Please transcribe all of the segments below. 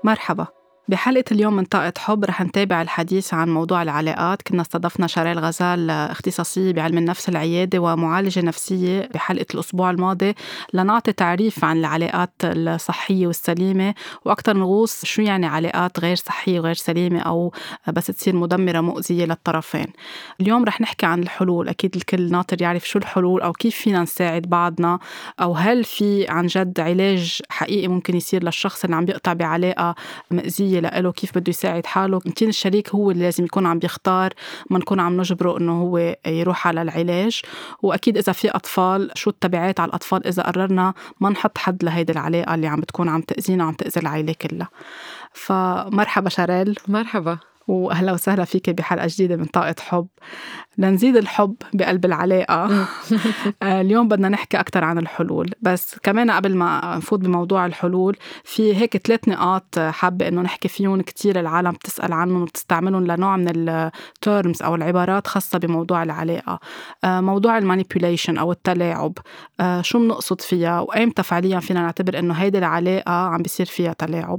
مرحبا. بحلقة اليوم من طاقة حب رح نتابع الحديث عن موضوع العلاقات. كنا استضفنا شاريل غزال، اختصاصية بعلم النفس العيادة ومعالجة نفسية، بحلقة الأسبوع الماضي لنعطي تعريف عن العلاقات الصحية والسليمة، وأكتر نغوص شو يعني علاقات غير صحية وغير سليمة أو بس تصير مدمرة مؤذية للطرفين. اليوم رح نحكي عن الحلول. أكيد الكل ناطر يعرف شو الحلول أو كيف فينا نساعد بعضنا، أو هل في عن جد علاج حقيقي ممكن يصير للشخص اللي عم بيقطع بعلاقة مأزية لإله، كيف بده يساعد حاله. يمكن الشريك هو اللي لازم يكون عم بيختار، ما نكون عم نجبره إنه هو يروح على العلاج. وأكيد إذا في أطفال، شو التبعات على الأطفال إذا قررنا ما نحط حد لهيدي العلاقة اللي عم بتكون عم تأذينا وعم تأذي العائلة كلها. فمرحبا شاريل. مرحبا وأهلا وسهلا فيك بحلقة جديدة من طاقة حب لنزيد الحب بقلب العلاقة. اليوم بدنا نحكي أكتر عن الحلول، بس كمان قبل ما نفوت بموضوع الحلول في هيك 3 نقاط حابة إنه نحكي فيهم. كتير العالم بتسأل عنهم وبتستعملهم لنوع من التيرمز أو العبارات خاصة بموضوع العلاقة. موضوع المانيبيوليشن أو التلاعب، شو بنقصد فيها وأيمتى فعليا فينا نعتبر إنه هيدي العلاقة عم بيصير فيها تلاعب؟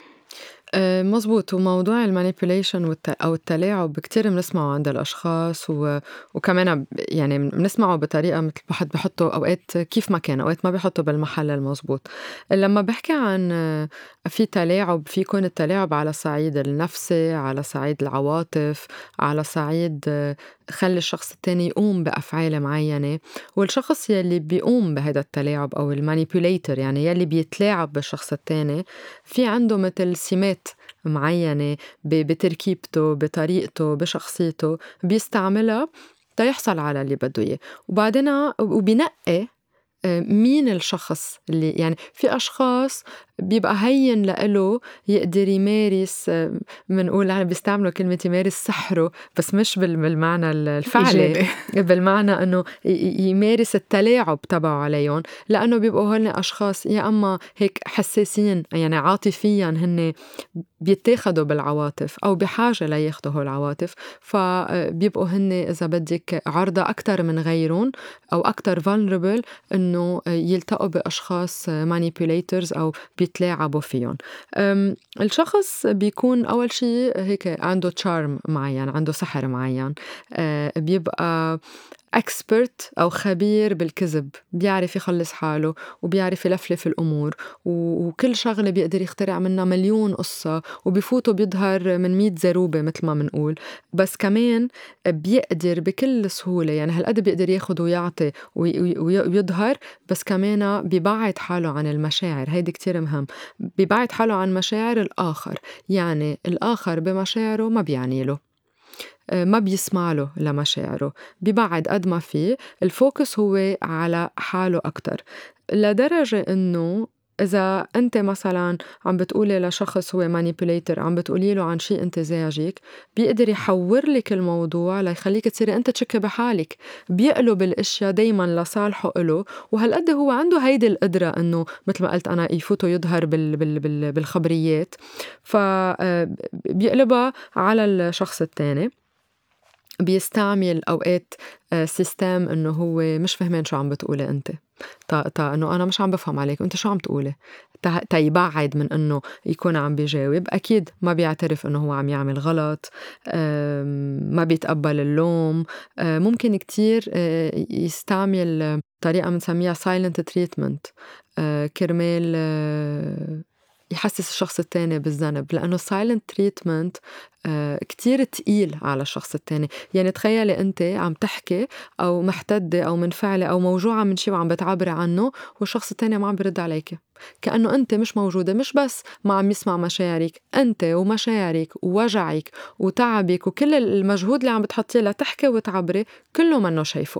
مزبوط. وموضوع المانيبيوليشن أو التلاعب كتير بنسمعه عند الأشخاص وكمان يعني بنسمعه بطريقة مثل واحد بيحطه أوقات كيف ما كان، أوقات ما بيحطه بالمحل المزبوط. لما بحكي عن في تلاعب، في يكون التلاعب على صعيد النفسي، على صعيد العواطف، على صعيد خلي الشخص التاني يقوم بأفعال معينة. والشخص يلي بيقوم بهذا التلاعب أو المانيبيوليتر، يعني يلي بيتلاعب بالشخص التاني، في عنده مثل سمات معينة بتركيبته، بطريقته، بشخصيته بيستعملها تيحصل على اللي بده إياه. وبعدين وبينقي مين الشخص اللي، يعني في أشخاص بيبقى هين لإله يقدر يمارس، منقول أنا بيستعملوا كلمة يمارس سحره، بس مش بالمعنى الفعلي، بالمعنى أنه يمارس التلاعب تبعه عليهم، لأنه بيبقوا هن أشخاص يا أما هيك حساسين، يعني عاطفيا هن بيتاخدوا بالعواطف أو بحاجة لياخدوا هول العواطف، فبيبقوا هن إذا بدك عرضة أكتر من غيرهم أو أكتر vulnerable إنه يلتقوا بأشخاص manipulators أو بيتلاعبوا فيهم. الشخص بيكون أول شيء هيك عنده charm معين، عنده سحر معين، بيبقى expert أو خبير بالكذب، بيعرف يخلص حاله وبيعرف يلفلف الأمور، وكل شغلة بيقدر يخترع منها مليون قصة، وبيفوتوا بيظهر من 100 زروبة مثل ما منقول. بس كمان بيقدر بكل سهولة، يعني هالقد بيقدر ياخد ويعطي ويظهر، بس كمان بيبعد حاله عن المشاعر. هيدي كتير مهم، بيبعد حاله عن مشاعر الآخر، يعني الآخر بمشاعره ما بيعني له، ما بيسمع له لمشاعره، بيبعد قد ما فيه. الفوكس هو على حاله أكتر، لدرجة إنه إذا أنت مثلاً عم بتقولي لشخص هو manipulator، عم بتقولي له عن شيء أنت زعجك، بيقدر يحور لك الموضوع ليخليك تصيري أنت تشك بحالك، بيقلب الأشياء دايماً لصالحه إله. وهالقد هو عنده هيدي القدرة إنه مثل ما قلت أنا يفوتوا يظهر بالخبريات، فبيقلبها على الشخص التاني. بيستعمل أوقات سيستم إنه هو مش فهمان شو عم بتقولي أنت، إنه أنا مش عم بفهم عليك، أنت شو عم تقولي، يبعد من إنه يكون عم بيجاوب. أكيد ما بيعترف إنه هو عم يعمل غلط، ما بيتقبل اللوم. ممكن كتير يستعمل طريقة منسميها silent treatment، كرمال يحسس الشخص التاني بالذنب، لأنه silent treatment كتير تقيل على الشخص التاني. يعني تخيلي أنت عم تحكي أو محتدة أو منفعلة أو موجوعة من شي وعم بتعبري عنه، والشخص التاني ما عم برد عليك، كأنه أنت مش موجودة. مش بس ما عم يسمع مشاعرك، أنت ومشاعرك ووجعك وتعبك وكل المجهود اللي عم بتحطيه لتحكي وتعبري كله منه شايفه.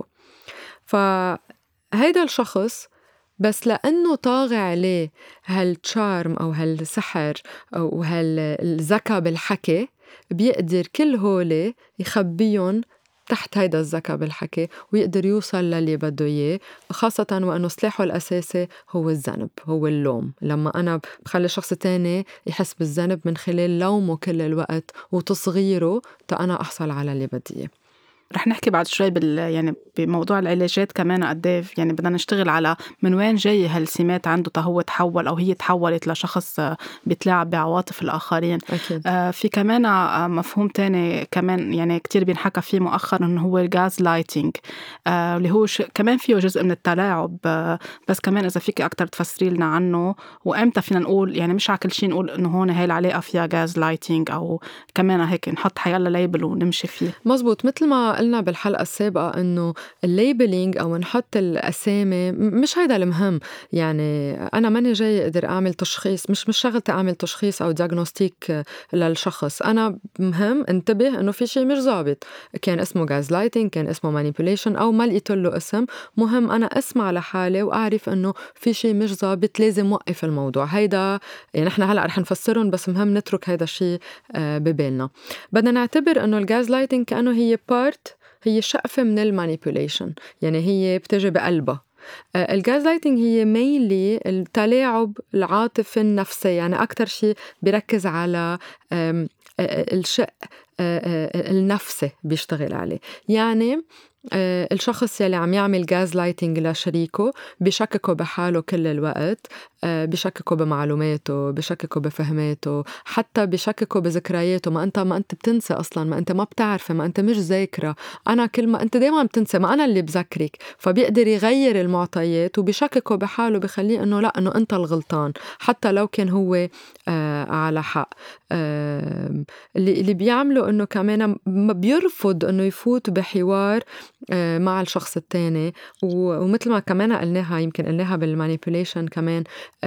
فهيدا الشخص بس لأنه طاغي عليه هالتشارم أو هالسحر أو هالذكاء بالحكي، بيقدر كل هولي يخبيهم تحت هيدا الذكاء بالحكي ويقدر يوصل للي بده إياه، خاصة وأنه سلاحه الأساسي هو الذنب، هو اللوم. لما أنا بخلي الشخص التاني يحس بالذنب من خلال لومه كل الوقت وتصغيره تا أنا أحصل على اللي بدي إياه. رح نحكي بعد شوي يعني بموضوع العلاجات كمان قد يعني بدنا نشتغل على من وين جاي هالسمات عنده هو تحول أو هي تحولت لشخص بيتلاعب بعواطف الآخرين. أكيد. في كمان مفهوم تاني كمان يعني كتير بينحكى فيه مؤخرا إنه هو الغاز لايتينج، اللي هو كمان فيه جزء من التلاعب. بس كمان إذا فيك أكتر تفسري لنا عنه، وإمتى فينا نقول يعني مش على كل شيء نقول إنه هون هاي العلاقة فيها غاز لايتينج، أو كمان هيك نحط حيالله ليبل ونمشي فيه. مزبوط، مثل ما قلنا بالحلقة السابقة إنه الليبلينج أو نحط الأسامي مش هيدا المهم. يعني أنا ماني جاي أقدر أعمل تشخيص، مش شغلتي أعمل تشخيص أو دياغنوستيك للشخص. أنا مهم انتبه إنه في شيء مش ظابط، كان اسمه غازلايتنج، كان اسمه مانيبيوليشن، أو ما لقيت له اسم. مهم أنا أسمع لحالي وأعرف إنه في شيء مش ظابط، لازم وقف الموضوع. هيدا يعني إحنا هلأ رح نفسرهم، بس مهم نترك هيدا الشيء ببالنا. بدنا نعتبر إنه الغاز لايتنج كأنه هي هي شقفة من المانيبيوليشن، يعني هي بتجي بقلبها. الغاز لايتنج هي مينلي التلاعب العاطفي النفسي، يعني أكتر شيء بيركز على الشق النفسي بيشتغل عليه. يعني الشخص يلي عم يعمل غاز لايتنج لشريكه بيشككه بحاله كل الوقت، بيشككه بمعلوماته، بيشككه بفهماته، حتى بيشككه بذكرياته. ما أنت بتنسى أصلا، ما أنت ما بتعرف، ما أنت مش ذاكرة، أنا كل ما أنت دايما بتنسى، ما أنا اللي بذكرك. فبيقدر يغير المعطيات وبيشككه بحاله، بخليه إنه لا، إنه أنت الغلطان حتى لو كان هو على حق. اللي بيعمله إنه كمان بيرفض إنه يفوت بحوار مع الشخص التاني. ومثل ما كمان قلناها، يمكن قلناها بالمانيبيوليشن كمان،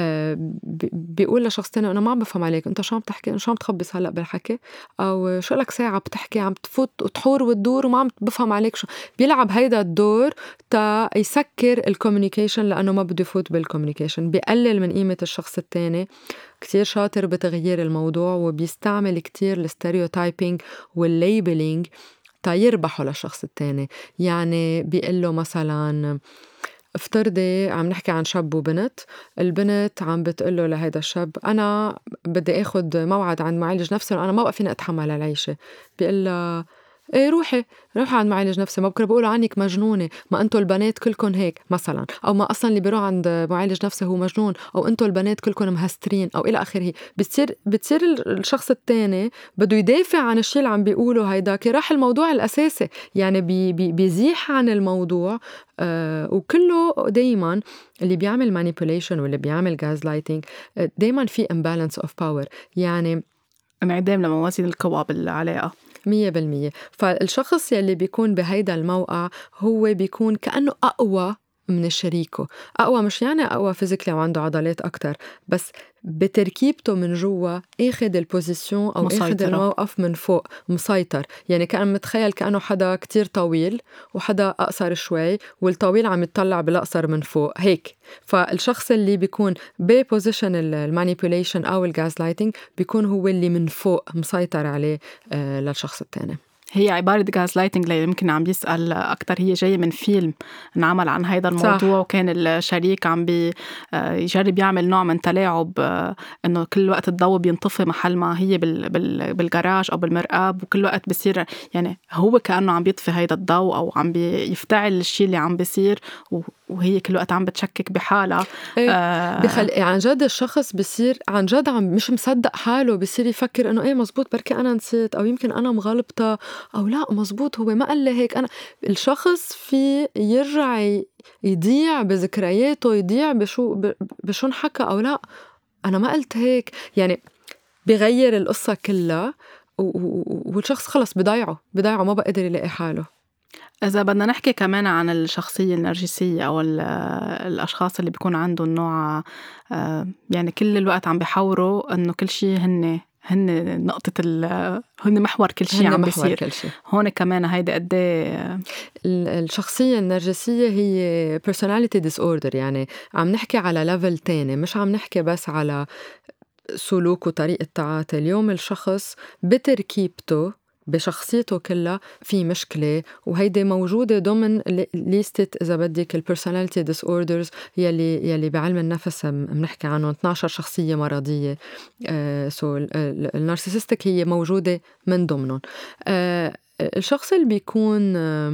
بيقول لشخص تاني أنا ما عم بفهم عليك، أنت شو عم تحكي، شو عم تخبص هلأ بالحكي، أو شو لك ساعة بتحكي عم تفوت وتحور وتدور وما عم بفهم عليك. شو بيلعب هيدا الدور تا يسكر الكوميونيكيشن، لأنه ما بده يفوت بالكوميونيكيشن. بيقلل من قيمة الشخص التاني. كتير شاطر بتغيير الموضوع، وبيستعمل كتير الستيريوتايبينج والليبلينج تا يربحوا للشخص التاني. يعني بيقله مثلا، افترضي عم نحكي عن شاب وبنت، البنت عم بتقله لهيدا الشاب أنا بدي أخد موعد عند معالج نفسي وأنا ما بقى فيني أتحمل العيشة. بيقلها ايه، روحي عند معالج نفسي، ما بكره بقولوا عنك مجنونة، ما انتوا البنات كلكن هيك مثلا، او ما اصلا اللي بيروح عند معالج نفسي هو مجنون، او انتوا البنات كلكن مهسترين، او الى اخره. بتصير الشخص التاني بده يدافع عن الشيء اللي عم بيقوله هيداك، راح الموضوع الاساسي، يعني بيزيح عن الموضوع. وكله دايما اللي بيعمل manipulation واللي بيعمل gaslighting دايما في imbalance of power، يعني انعدام لموازين القوى بالعلاقة 100%. فالشخص يلي بيكون بهيدا الموقع هو بيكون كأنه أقوى من شريكه. أقوى مش يعني أقوى فيزيكلي وعنده عضلات أكتر، بس بتركيبته من جوا اخد البوزيشن أو اخد الموقف من فوق، مسيطر. يعني كأن متخيل كأنه حدا كتير طويل وحدا أقصر شوي، والطويل عم يتطلع بالأقصر من فوق هيك. فالشخص اللي بيكون ببوزيشن المانيبيوليشن أو الغازلايتنج بيكون هو اللي من فوق مسيطر عليه للشخص التاني. هي عبارة غاز لايتنج اللي يمكن عم بيسأل أكتر، هي جاية من فيلم انعمل عن هيدا الموضوع. صح. وكان الشريك عم يجرب يعمل نوع من تلاعب، إنه كل وقت الضوء بينطفي محل ما هي بالجراج أو بالمرآب، وكل وقت بيصير يعني هو كأنه عم بيطفي هيدا الضوء أو عم بيفتعل الشيء اللي عم بيصير، وهي كل وقت عم بتشكك بحالها. عن جد الشخص بيصير عن جد عم مش مصدق حاله، بيصير يفكر إنه إيه مزبوط، بركي أنا نسيت، أو يمكن أنا مغلطة، أو لا مزبوط هو ما قال لي هيك. أنا الشخص في يرجع يضيع بذكرياته، يضيع بشو انحكى، أو لا أنا ما قلت هيك. يعني بيغير القصة كلها، والشخص خلص بضيعه ما بقدر يلاقي حاله. إذا بدنا نحكي كمان عن الشخصية النرجسية أو الأشخاص اللي بيكون عندهم نوع يعني كل الوقت عم بيحاوروا إنه كل شيء هن نقطة هن محور كل شيء عم بيصير. هون كمان هيدا قد الشخصية النرجسية هي personality disorder، يعني عم نحكي على ليفل تاني، مش عم نحكي بس على سلوك وطريقة تعاطي. اليوم الشخص بتركيبته بشخصيته كلها في مشكلة، وهيدي موجودة ضمن ليستة إذا بدك البرسوناليتي ديسوردرز يلي بعلم النفس بنحكي عنهم 12 شخصية مرضية. سو النارسيسستك هي موجودة من ضمنهم. الشخص اللي بيكون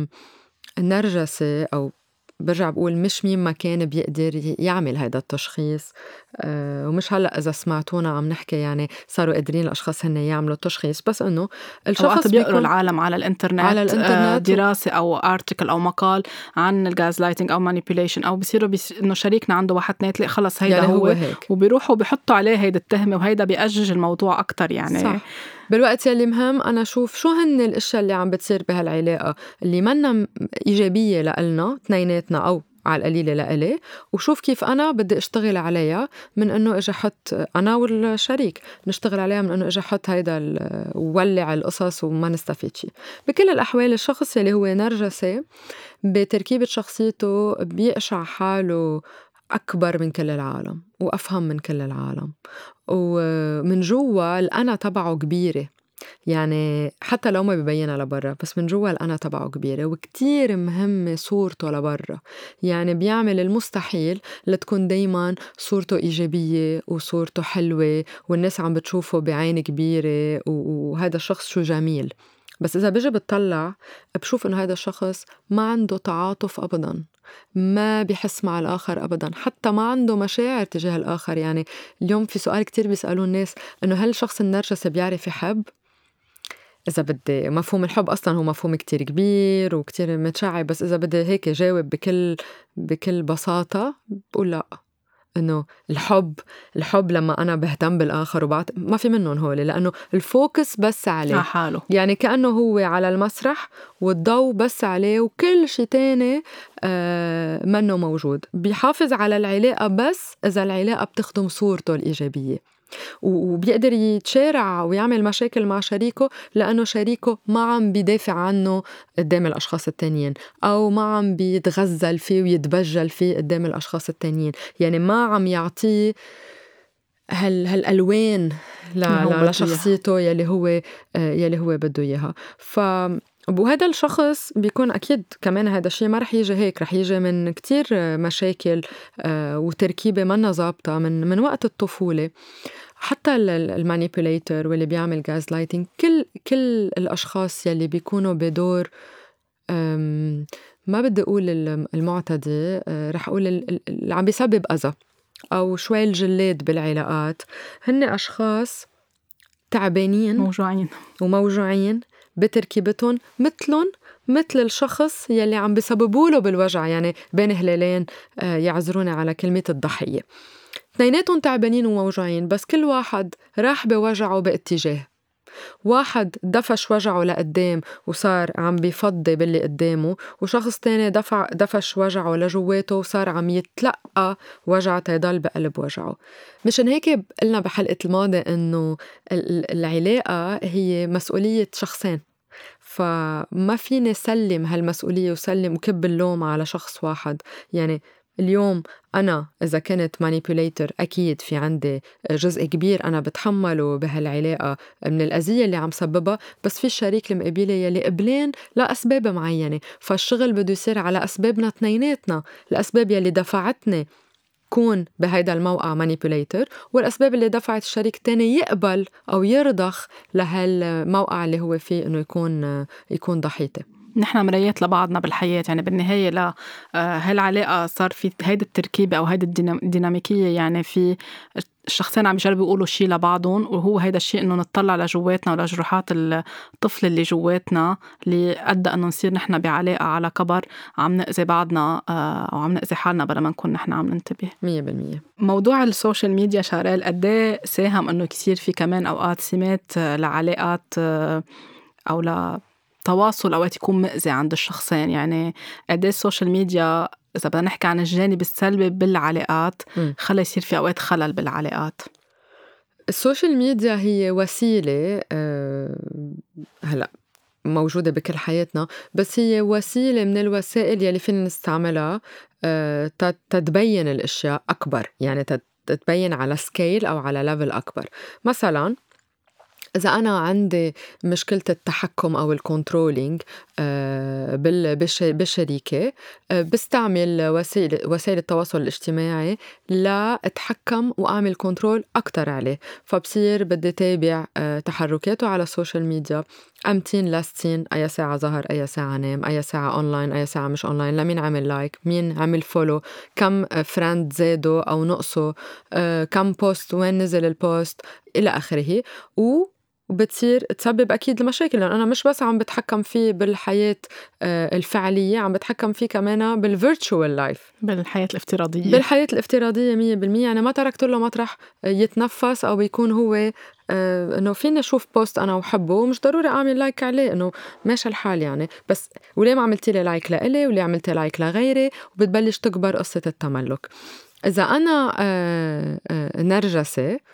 نرجسي أو برجع بقول مش مين ما كان بيقدر يعمل هيدا التشخيص. ومش هلأ إذا سمعتونا عم نحكي يعني صاروا قادرين الأشخاص هن يعملوا التشخيص، بس إنه الشخص بيقروا العالم على الإنترنت دراسة أو أرتيكل أو مقال عن الجاز لايتنج أو مانيبيوليشن، أو بيصيروا إنه شريكنا عنده 1 2 3 خلص هيدا يعني هو هيك. وبيروحوا بيحطوا عليه هيدا التهمة، وهيدا بيأجج الموضوع أكتر يعني. صح. بالوقت يلي مهم أنا شوف شو هن الأشياء اللي عم بتصير بهالعلاقة اللي منا إيجابية لألنا اثنيناتنا أو على القليلة لإلي، وشوف كيف أنا بدي أشتغل عليها من إنه إجا حط أنا والشريك نشتغل عليها من إنه إجا حط هيدا وولع القصص وما نستفيد شيء. بكل الأحوال الشخص اللي هو نرجسي بتركيبة شخصيته بيقشع حاله أكبر من كل العالم وأفهم من كل العالم، ومن جوا الأنا تبعه كبيرة، يعني حتى لو ما بيبينها لبرا بس من جوا الأنا تبعه كبيرة وكتير مهمة صورته لبرا. يعني بيعمل المستحيل لتكون دايما صورته إيجابية وصورته حلوة والناس عم بتشوفه بعين كبيرة وهذا الشخص شو جميل. بس إذا بيجي بتطلع بشوف إنه هذا الشخص ما عنده تعاطف أبداً، ما بيحس مع الآخر أبداً، حتى ما عنده مشاعر تجاه الآخر. يعني اليوم في سؤال كتير بيسألون الناس إنه هل الشخص النرجسي بيعرف يحب؟ إذا بدي مفهوم الحب أصلاً هو مفهوم كتير كبير وكتير متشعب، بس إذا بدي هيك جاوب بكل بساطة بقول لأ، إنه الحب لما أنا بهتم بالآخر ما في منهم هولي، لأنه الفوكس بس عليه حاله. يعني كأنه هو على المسرح والضوء بس عليه وكل شيء تاني منه موجود. بيحافظ على العلاقة بس إذا العلاقة بتخدم صورته الإيجابية، وبيقدر يتشارع ويعمل مشاكل مع شريكه لأنه شريكه ما عم بيدافع عنه قدام الأشخاص التانيين أو ما عم بيتغزل فيه ويتبجل فيه قدام الأشخاص التانيين. يعني ما عم يعطيه هالألوان لشخصيته يلي هو بده إياها. وهذا الشخص بيكون أكيد كمان هذا الشيء ما رح يجي هيك، رح يجي من كتير مشاكل وتركيبة منا ظابطة من وقت الطفولة. حتى المانيبيوليتر واللي بيعمل جاز لايتنج، كل الأشخاص يلي بيكونوا بدور ما بدي أقول المعتدي، رح أقول اللي عم بيسبب أذى أو شوي الجلاد بالعلاقات، هن أشخاص تعبانين وموجوعين بتركيبتهم مثل الشخص يلي عم بيسببوله بالوجع. يعني بين هلالين يعذروني على كلمة الضحية، اثنيناتهم تعبانين وموجوعين بس كل واحد راح بوجعه باتجاه. واحد دفش وجعه لقدام وصار عم بيفضي باللي قدامه، وشخص تاني دفش وجعه لجواته وصار عم يتلقى وجع تيضل بقلب وجعه. مشان هيك قلنا بحلقة الماضي إنه العلاقة هي مسؤولية شخصين، فما فيني سلم هالمسؤولية وسلم وكب اللوم على شخص واحد. يعني اليوم أنا إذا كنت مانيبيوليتر أكيد في عندي جزء كبير أنا بتحمله بهالعلاقة من الأذية اللي عم سببها، بس في الشريك المقابلي يلي قبلين لأسباب معينة، فالشغل بده يصير على أسبابنا اثنيناتنا، الأسباب يلي دفعتني كون بهيدا الموقع مانيبيوليتر والأسباب اللي دفعت الشريك تاني يقبل أو يرضخ لهالموقع اللي هو فيه إنه يكون ضحيته. نحن مرايات لبعضنا بالحياة. يعني بالنهاية لا هالعلاقة صار في هيدا التركيبة أو هيدا الديناميكية، يعني في الشخصين عم يجربوا يقولوا شيء لبعضهم، وهو هيدا الشيء إنه نطلع لجواتنا ولجروحات الطفل اللي جواتنا اللي أدى إنه نصير نحن بعلاقة على كبر عم نأذي بعضنا أو عم نأذي حالنا بلا ما نكون نحن عم ننتبه. 100%. موضوع السوشيال ميديا شارل قديه ساهم إنه كثير في كمان أوقات سمات لعلاقات أو تواصل أوقات يكون مأذي عند الشخصين؟ يعني قديه السوشيال ميديا إذا بدنا نحكي عن الجانب السلبي بالعلاقات خلى يصير في أوقات خلل بالعلاقات؟ السوشيال ميديا هي وسيلة هلأ موجودة بكل حياتنا، بس هي وسيلة من الوسائل يلي فينا نستعملها تتبين الأشياء أكبر، يعني تتبين على سكيل أو على ليفل أكبر. مثلاً إذا أنا عندي مشكلة التحكم أو الكنترولينج بالشريكة، بستعمل وسائل التواصل الاجتماعي لأتحكم وأعمل كنترول أكتر عليه. فبصير بدي تابع تحركاته على السوشيال ميديا، أمتين لاستين، أي ساعة ظهر، أي ساعة نام، أي ساعة أونلاين، أي ساعة مش أونلاين، لمين عمل لايك، مين عمل فولو، كم فريند زادوا أو نقصوا، كم بوست، وين نزل البوست، إلى آخره. وبتصير تسبب أكيد المشاكل، لأن أنا مش بس عم بتحكم فيه بالحياة الفعلية، عم بتحكم فيه كمان بالvirtual life، بالحياة الافتراضية. بالحياة الافتراضية 100%. يعني ما تركت له مطرح يتنفس أو يكون هو إنه فيني أشوف بوست أنا وحبه ومش ضروري أعمل لايك عليه، إنه ماشي الحال يعني. بس وليه ما عملتي لي لايك لإلي، وليه عملتي لايك لغيري، وبتبلش تكبر قصة التملك. إذا أنا نرجسي،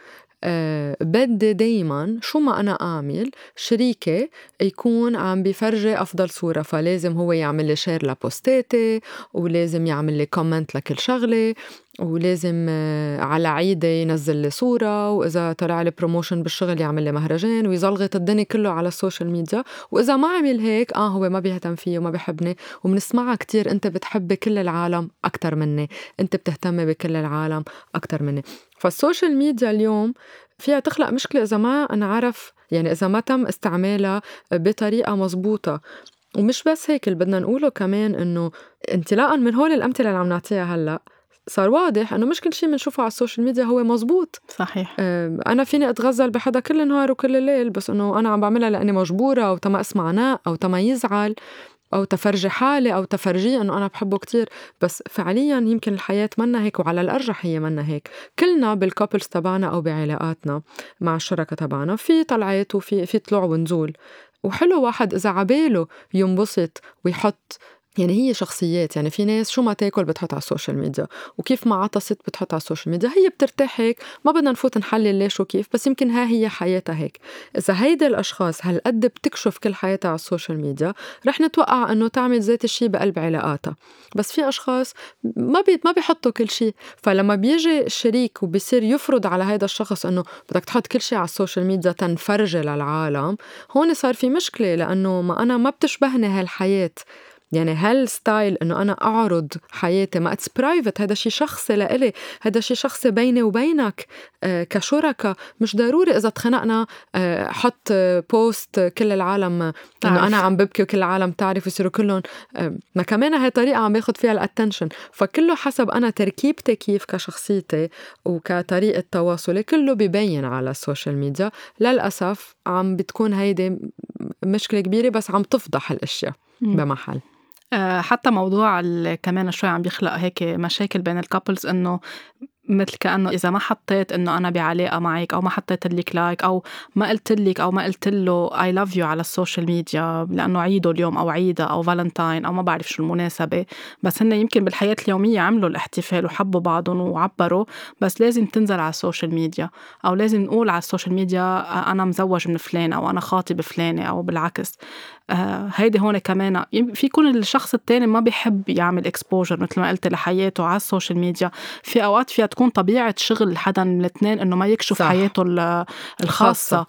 بدي دايماً شو ما أنا أعمل شريكي يكون عم بيفرجي أفضل صورة، فلازم هو يعمل لي شير لبوستاتي، ولازم يعمل لي كومنت لكل شغلة، ولازم على عيدة ينزل لي صورة، وإذا طلع لي بروموشن بالشغل يعمل لي مهرجان ويزلغط الدنيا كله على السوشيال ميديا. وإذا ما عمل هيك هو ما بيهتم فيه وما بيحبني. ومنسمعها كتير، أنت بتحبي كل العالم أكتر مني، أنت بتهتمي بكل العالم أكتر مني. فالسوشيال ميديا اليوم فيها تخلق مشكلة إذا ما انعرف، يعني إذا ما تم استعمالها بطريقة مزبوطة. ومش بس هيك، اللي بدنا نقوله كمان إنه انطلاقاً من هول الأمثلة اللي عم نعطيها هلأ، صار واضح إنه مش كل شي منشوفه على السوشيال ميديا هو مزبوط. صحيح. أنا فيني أتغزل بحدا كل نهار وكل ليل، بس إنه أنا عم بعملها لأني مجبورة، أو تما أسمع ناء، أو تما يزعل، أو تفرجي حالي، أو تفرجيه إنه أنا بحبه كتير. بس فعلياً يمكن الحياة منا هيك، وعلى الأرجح هي منا هيك. كلنا بالكابلز تبعنا أو بعلاقاتنا مع الشركة تبعنا في طلعات وفي طلوع ونزول. وحلو واحد إذا عباله ينبسط ويحط، يعني هي شخصيات. يعني في ناس شو ما تاكل بتحط على السوشيال ميديا، وكيف ما عطست بتحط على السوشيال ميديا. هي بترتاح هيك، ما بدنا نفوت نحلل ليش وكيف، بس يمكن هي حياتها هيك. إذا هيدا الأشخاص هالقد بتكشف كل حياتها على السوشيال ميديا، رح نتوقع إنه تعمل ذات الشي بقلب علاقاتها. بس في أشخاص ما بيحطوا كل شي. فلما بيجي الشريك وبيصير يفرض على هيدا الشخص إنه بدك تحط كل شي على السوشيال ميديا تنفرجي للعالم، هون صار في مشكلة، لأنه ما أنا ما بتشبهني هالحياة. يعني هالستايل إنه أنا أعرض حياتي، ما it's private، هذا شي شخصي لإلي، هذا شي شخصي بيني وبينك كشركة. مش ضروري إذا تخنقنا حط بوست كل العالم إنه أنا عم ببكي وكل العالم تعرف ويصيروا كلهم ما كمان هاي طريقة عم باخد فيها الاتنشن. فكله حسب أنا تركيبتي كيف كشخصيتي وكطريقة تواصلي، كله بيبين على السوشيال ميديا. للأسف عم بتكون هيدي مشكلة كبيرة، بس عم تفضح الأشياء بمحل. حتى موضوع كمان شوي عم بيخلق هيك مشاكل بين الكابلز، إنه مثل كأنه إذا ما حطيت إنه أنا بعلاقة معك، أو ما حطيت لك لايك، أو ما قلت لك أو ما قلت له I love you على السوشيال ميديا لأنه عيده اليوم أو عيدة أو فالنتاين أو ما بعرف شو المناسبة، بس هن يمكن بالحياة اليومية عملوا الاحتفال وحبوا بعضهم وعبروا، بس لازم تنزل على السوشيال ميديا، أو لازم نقول على السوشيال ميديا أنا مزوج من فلان، أو أنا خاطب فلانة، أو بالعكس. هيدي هون كمان في يكون الشخص التاني ما بيحب يعمل اكسبوجر مثل ما قلت لحياته على السوشيال ميديا. في أوقات فيها تكون طبيعة شغل حدا من الاثنين إنه ما يكشف صح. حياته الخاصة،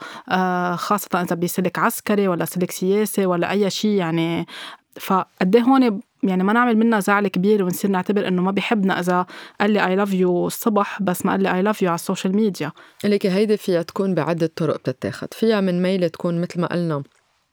خاصة إذا بيسلك عسكري ولا سلك سياسي ولا أي شيء يعني. فقده هون يعني ما نعمل منها زعل كبير ونصير نعتبر إنه ما بيحبنا إذا قال لي I love you الصبح بس ما قال لي I love you على السوشيال ميديا. لكن هيدي فيها تكون بعدة طرق بتتاخد. فيها من ميلة تكون مثل ما قلنا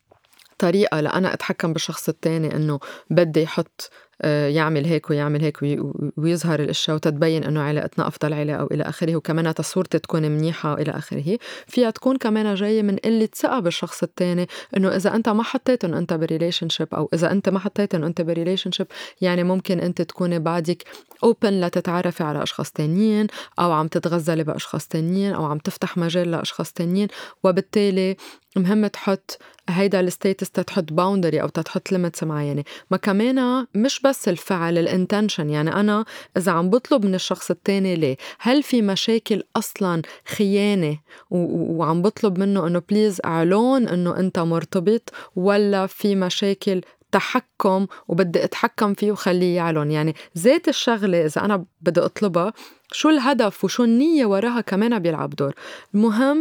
طريقة لأنا أتحكم بالشخص التاني إنه بدي يحط يعمل هيك ويعمل هيك ويظهر الأشياء وتتبين إنه علاقتنا أفضل علاقة وإلى آخره، وكمان تصورتي تكون منيحة وإلى آخره. فيها تكون كمان جاية من قلة ثقة بالشخص التاني، إنه إذا أنت ما حطيت إنه أنت بريليشنشيب، أو إذا أنت ما حطيت إنه أنت بريليشنشيب، يعني ممكن أنت تكوني بعدك open لتتعرفي على أشخاص تانيين، أو عم تتغزلي بأشخاص تانيين، أو عم تفتح مجال لأشخاص تانيين. وبالتالي مهم تحط هيدا الستيتس، تحط باوندري أو تحط ليميتس معينة. ما كمان مش بس الفعل، الانتنشن. يعني أنا إذا عم بطلب من الشخص التاني ليه، هل في مشاكل أصلاً خيانة وعم بطلب منه إنه بليز أعلون إنه أنت مرتبط، ولا في مشاكل تحكم وبدي أتحكم فيه وخليه يعلن؟ يعني ذات الشغلة إذا أنا بدي أطلبها، شو الهدف وشو النية وراها كمان بيلعب دور. المهم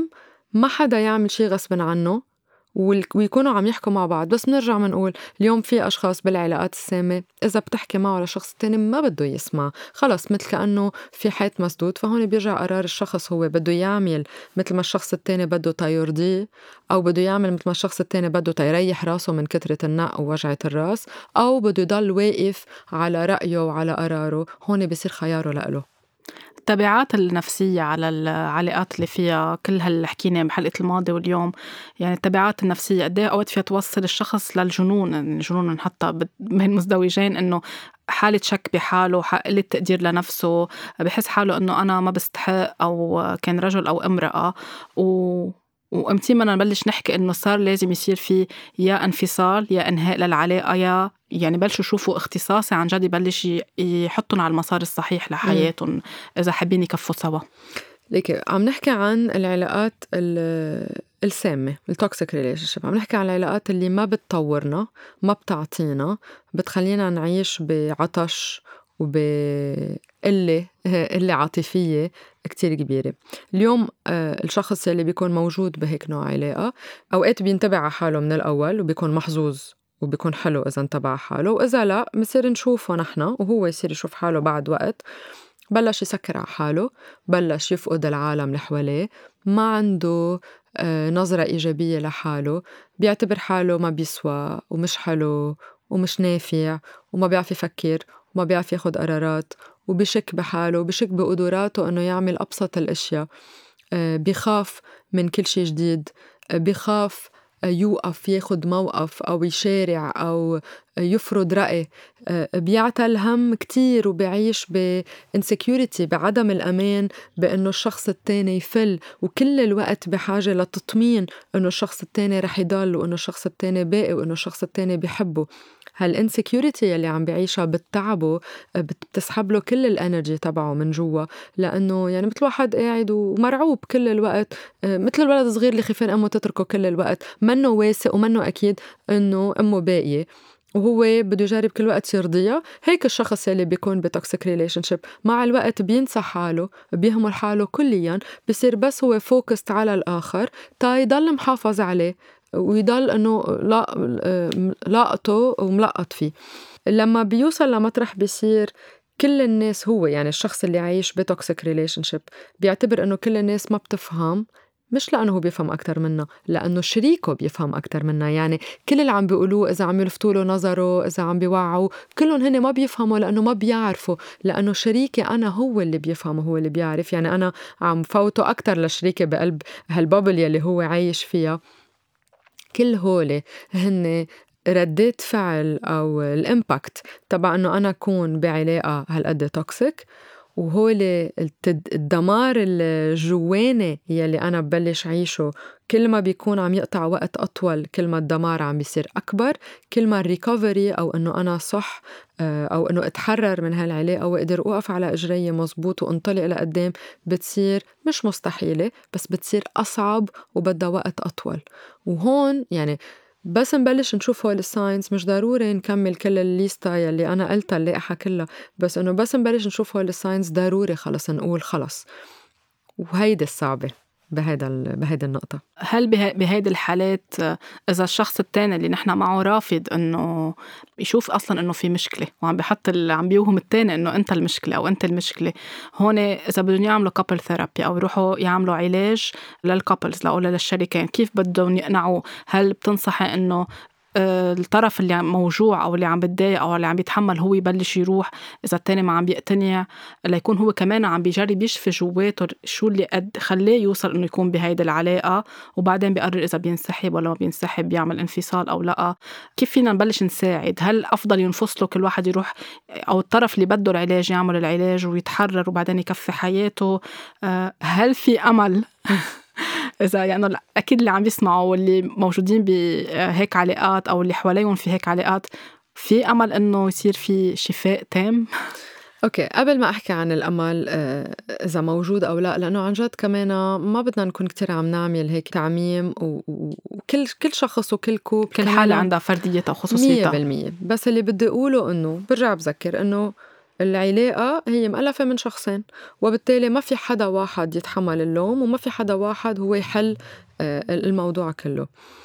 ما حدا يعمل شي غصباً عنه ويكونوا عم يحكوا مع بعض. بس بنرجع منقول اليوم في أشخاص بالعلاقات السامة إذا بتحكي معه لشخص تاني ما بده يسمع، خلص مثل كأنه في حيط مسدود. فهون بيرجع قرار الشخص، هو بده يعمل مثل ما الشخص التاني بده تيرضيه، أو بده يعمل مثل ما الشخص التاني بده تيريح راسه من كترة النق ووجعة الراس، أو بده يضل واقف على رأيه وعلى قراره. هون بيصير خياره لإله. التبعات النفسية على العلاقات اللي فيها كل هاللي حكينا بحلقة الماضي واليوم، يعني التبعات النفسية قد ايه أوقات فيها توصل الشخص للجنون، الجنون حتى بين مزدوجين، إنه حالة شك بحاله، قلة تقدير لنفسه، بحس حاله إنه أنا ما بستحق، أو كان رجل أو امرأة. وامتى ما نبلش نحكي إنه صار لازم يصير في يا انفصال يا إنهاء للعلاقة، يا يعني بلشوا يشوفوا اختصاصي عن جد يبلش يحطهم على المسار الصحيح لحياتهم إذا حابين يكفوا سوا. ليكي عم نحكي عن العلاقات السامة، التوكسيك ريليشنشيب. عم نحكي عن العلاقات اللي ما بتطورنا، ما بتعطينا، بتخلينا نعيش بعطش قلة عاطفية كتير كبيرة. اليوم الشخص اللي بيكون موجود بهيك نوع علاقة أوقات بينتبه على حاله من الأول وبيكون محظوظ وبيكون حلو إذا انتبه على حاله، وإذا لا بصير نشوفه نحن وهو يصير يشوف حاله بعد وقت. بلش يسكر على حاله، بلش يفقد العالم اللي حواليه، ما عنده نظرة إيجابية لحاله، بيعتبر حاله ما بيسوى ومش حلو ومش نافع وما بيعرف يفكر وما بيعرف ياخد قرارات، وبيشك بحاله وبيشك بقدراته إنه يعمل أبسط الأشياء. بيخاف من كل شي جديد، بيخاف يوقف ياخد موقف أو يشارع أو يفرض رأي، بيعتل هم كتير وبيعيش بإنسكيورتي، بعدم الأمان، بأنه الشخص التاني يفل، وكل الوقت بحاجة لتطمين أنه الشخص التاني رح يضل وأنه الشخص التاني باقي وأنه الشخص التاني بيحبه. هالإنسكيورتي يلي عم بيعيشها بتتعبه، بتسحب له كل الانرجي تبعه من جوا، لأنه يعني مثل واحد قاعد ومرعوب كل الوقت، مثل الولد الصغير اللي خيفان أمه تتركه كل الوقت، منه واثق ومنه أكيد أنه أمه باقية، وهو بده يجرب كل وقت يرضيها. هيك الشخص اللي بيكون بتوكسيك ريليشنشيب مع الوقت بينسى حاله، بيهمل حاله كليا، بصير بس هو فوكست على الآخر تا يضل محافظ عليه ويضل أنه لاقطه وملقط فيه. لما بيوصل لمطرح بيصير كل الناس، هو يعني الشخص اللي عايش بتوكسيك ريليشنشيب بيعتبر أنه كل الناس ما بتفهم، مش لأنه هو بيفهم أكتر منه، لأنه شريكه بيفهم أكتر منه. يعني كل اللي عم بيقولوه، إذا عم يلفتوله نظره، إذا عم بيوعوا، كلهم هن ما بيفهموا لأنه ما بيعرفوا، لأنه شريكي أنا هو اللي بيفهم وهو اللي بيعرف. يعني أنا عم فوته أكتر لشريكي بقلب هالبابل يلي هو عايش فيها. كل هولي هن ردات فعل أو الإمباكت تبع أنه أنا أكون بعلاقة هالقد توكسيك، وهولي الدمار الجواني يلي أنا ببلش عيشه. كل ما بيكون عم يقطع وقت أطول، كل ما الدمار عم بيصير أكبر، كل ما الريكوفري أو أنه أنا صح أو أنه أتحرر من هالعلاقة وأقدر أوقف على إجري مزبوط وانطلق لقدام بتصير مش مستحيلة، بس بتصير أصعب وبدها وقت أطول. وهون يعني بس نبلش نشوف هول الساينز، مش ضروري نكمل كل الليستا يلي أنا قلتها اللائحة كلها، بس إنه بس نبلش نشوف هول الساينز ضروري خلص نقول خلص. وهيدي الصعبة بهيدا النقطة. هل بهيدي الحالات إذا الشخص التاني اللي نحن معه رافض إنه يشوف أصلاً إنه في مشكلة، وعم بيحط عم بيوهم التاني إنه أنت المشكلة أو أنت المشكلة، هون إذا بدهم يعملوا couple therapy أو يروحوا يعملوا علاج للcouples أو للشريكين، كيف بدهم يقنعوا؟ هل بتنصحي إنه الطرف اللي موجوع أو اللي عم بتضايق أو اللي عم بيتحمل هو يبلش يروح، إذا التاني ما عم بيقتنع ليكون هو كمان عم بيجرب يشفي جواته شو اللي قد خلاه يوصل إنه يكون بهيدا العلاقة، وبعدين بيقرر إذا بينسحب ولا ما بينسحب، بيعمل انفصال أو لأ؟ كيف فينا نبلش نساعد؟ هل أفضل ينفصلوا كل واحد يروح، أو الطرف اللي بده العلاج يعمل العلاج ويتحرر وبعدين يكفي حياته؟ هل في أمل؟ إذا يعني أكيد اللي عم يسمعوا واللي موجودين بهيك علاقات أو اللي حواليهم في هيك علاقات، في أمل إنه يصير في شفاء تام؟ أوكي، قبل ما أحكي عن الأمل إذا موجود أو لا، لأنه عن جد كمان ما بدنا نكون كتير عم نعمل هيك تعميم، وكل شخص وكل كوب كل حالة عندها فرديتها وخصوصيتها. 100%. بس اللي بدي أقوله إنه برجع بذكر إنه العلاقة هي مؤلفة من شخصين، وبالتالي ما في حدا واحد يتحمل اللوم وما في حدا واحد هو يحل الموضوع كله.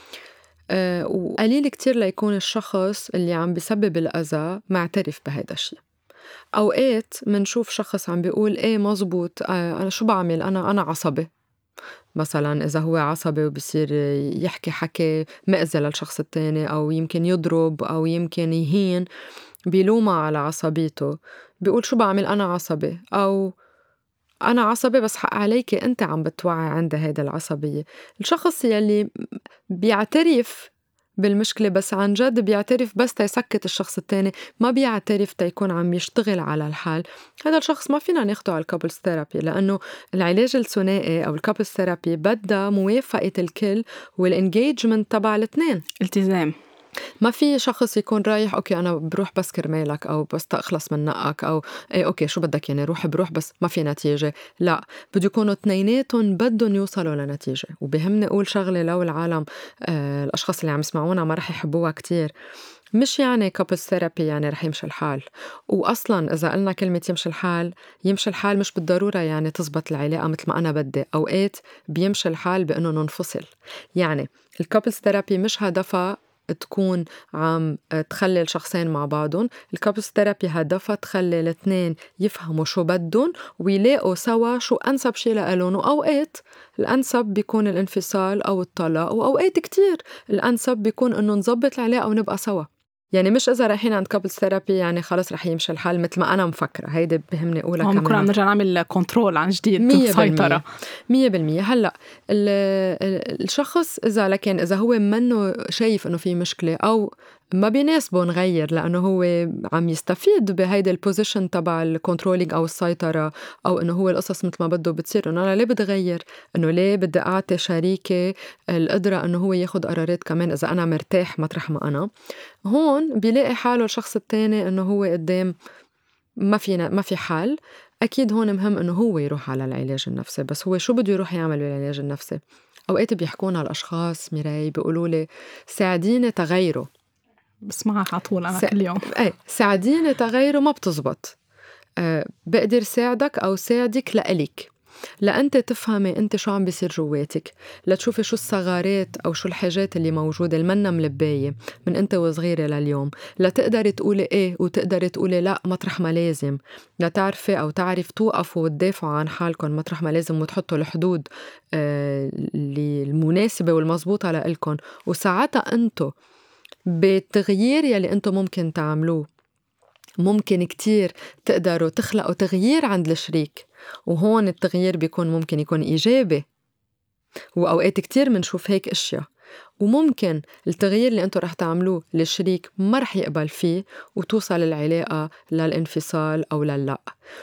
وقليل كتير ليكون الشخص اللي عم بيسبب الأذى معترف بهيدا الشيء. أوقات منشوف شخص عم بيقول إيه مزبوط، أنا شو بعمل، أنا عصبي مثلا. إذا هو عصبي وبصير يحكي حكي مأذي للشخص التاني، أو يمكن يضرب أو يمكن يهين، بيلومها على عصبيته، بيقول شو بعمل، أنا عصبي، أو أنا عصبي بس حق عليكي أنت عم بتوعي عندي هيدا العصبية. الشخص يلي بيعترف بالمشكلة بس عن جد بيعترف بس تيسكت الشخص التاني، ما بيعترف تيكون عم يشتغل على الحال، هذا الشخص ما فينا ناخده على الكابلز ثيرابي، لأنه العلاج الثنائي أو الكابلز ثيرابي بدها موافقة الكل والانجيجمنت تبع الاثنين، التزام. ما في شخص يكون رايح أوكي أنا بروح بس كرمالك أو بس تأخلص من نقك أو إيه أوكي شو بدك يعني بروح بس ما في نتيجة. لا، بده يكونوا اثنيناتهم بدهم يوصلوا لنتيجة. وبهمني أقول شغلة لو العالم الأشخاص اللي عم يسمعونا ما رح يحبوها كتير، مش يعني couples therapy يعني رح يمشي الحال. وأصلاً إذا قلنا كلمة يمشي الحال مش بالضرورة يعني تزبط العلاقة مثل ما أنا بدي. أوقات بيمشي الحال بأنه ننفصل. يعني الcouples therapy مش هدفها تكون عم تخلي الشخصين مع بعضهم، الكابلز ثيرابي هدفها تخلي الاثنين يفهموا شو بدهم ويلاقوا سوا شو أنسب شيء لألون. وأوقات الأنسب بيكون الانفصال أو الطلاق، وأوقات كتير الأنسب بيكون إنه نظبط العلاقة ونبقى سوا. يعني مش إذا رايحين عند كابلز ثيرابي يعني خلص رح يمشي الحال مثل ما أنا مفكرة. هيدا بهمني أقولها كمان، بنكون عم نرجع نعمل كنترول عن جديد، سيطرة 100%. هلأ الشخص إذا هو منه شايف إنه في مشكلة أو ما بيناسبه نغير لأنه هو عم يستفيد بهيدا البوزيشن تبع الكنترولينج أو السيطرة، أو إنه هو القصص مثل ما بده بتصير، إنه أنا ليه بدي غير، إنه ليه بدي أعطي شريكي القدرة إنه هو ياخد قرارات كمان إذا أنا مرتاح مطرح ما أنا. هون بيلاقي حاله الشخص التاني إنه هو قدام ما في حل. أكيد هون مهم إنه هو يروح على العلاج النفسي، بس هو شو بده يروح يعمل بالعلاج النفسي؟ أوقات بيحكونا الأشخاص ميراي بيقولوا لي ساعديني تغيره. بسمعك عطول أنا كل يوم. ساعديني تغيره ما بتزبط. بقدر ساعدك أو ساعدك لألك لأنت تفهمي أنت شو عم بيصير جواتك، لتشوفي شو الثغرات أو شو الحاجات اللي موجودة المنا ملباية من أنت وصغيرة لليوم، لتقدري تقولي إيه وتقدري تقولي لا مطرح ما لازم، لتعرفي أو تعرف توقفوا وتدافعوا عن حالكم مطرح ما لازم وتحطوا الحدود المناسبة والمزبوطة لإلكم. وساعتها أنتو بالتغيير يلي أنتو ممكن تعملوه ممكن كتير تقدروا تخلقوا تغيير عند الشريك. وهون التغيير بيكون ممكن يكون إيجابي، وأوقات كتير منشوف هيك أشياء. وممكن التغيير اللي أنتوا رح تعملوه للشريك ما رح يقبل فيه وتوصل العلاقة للانفصال أو للأ.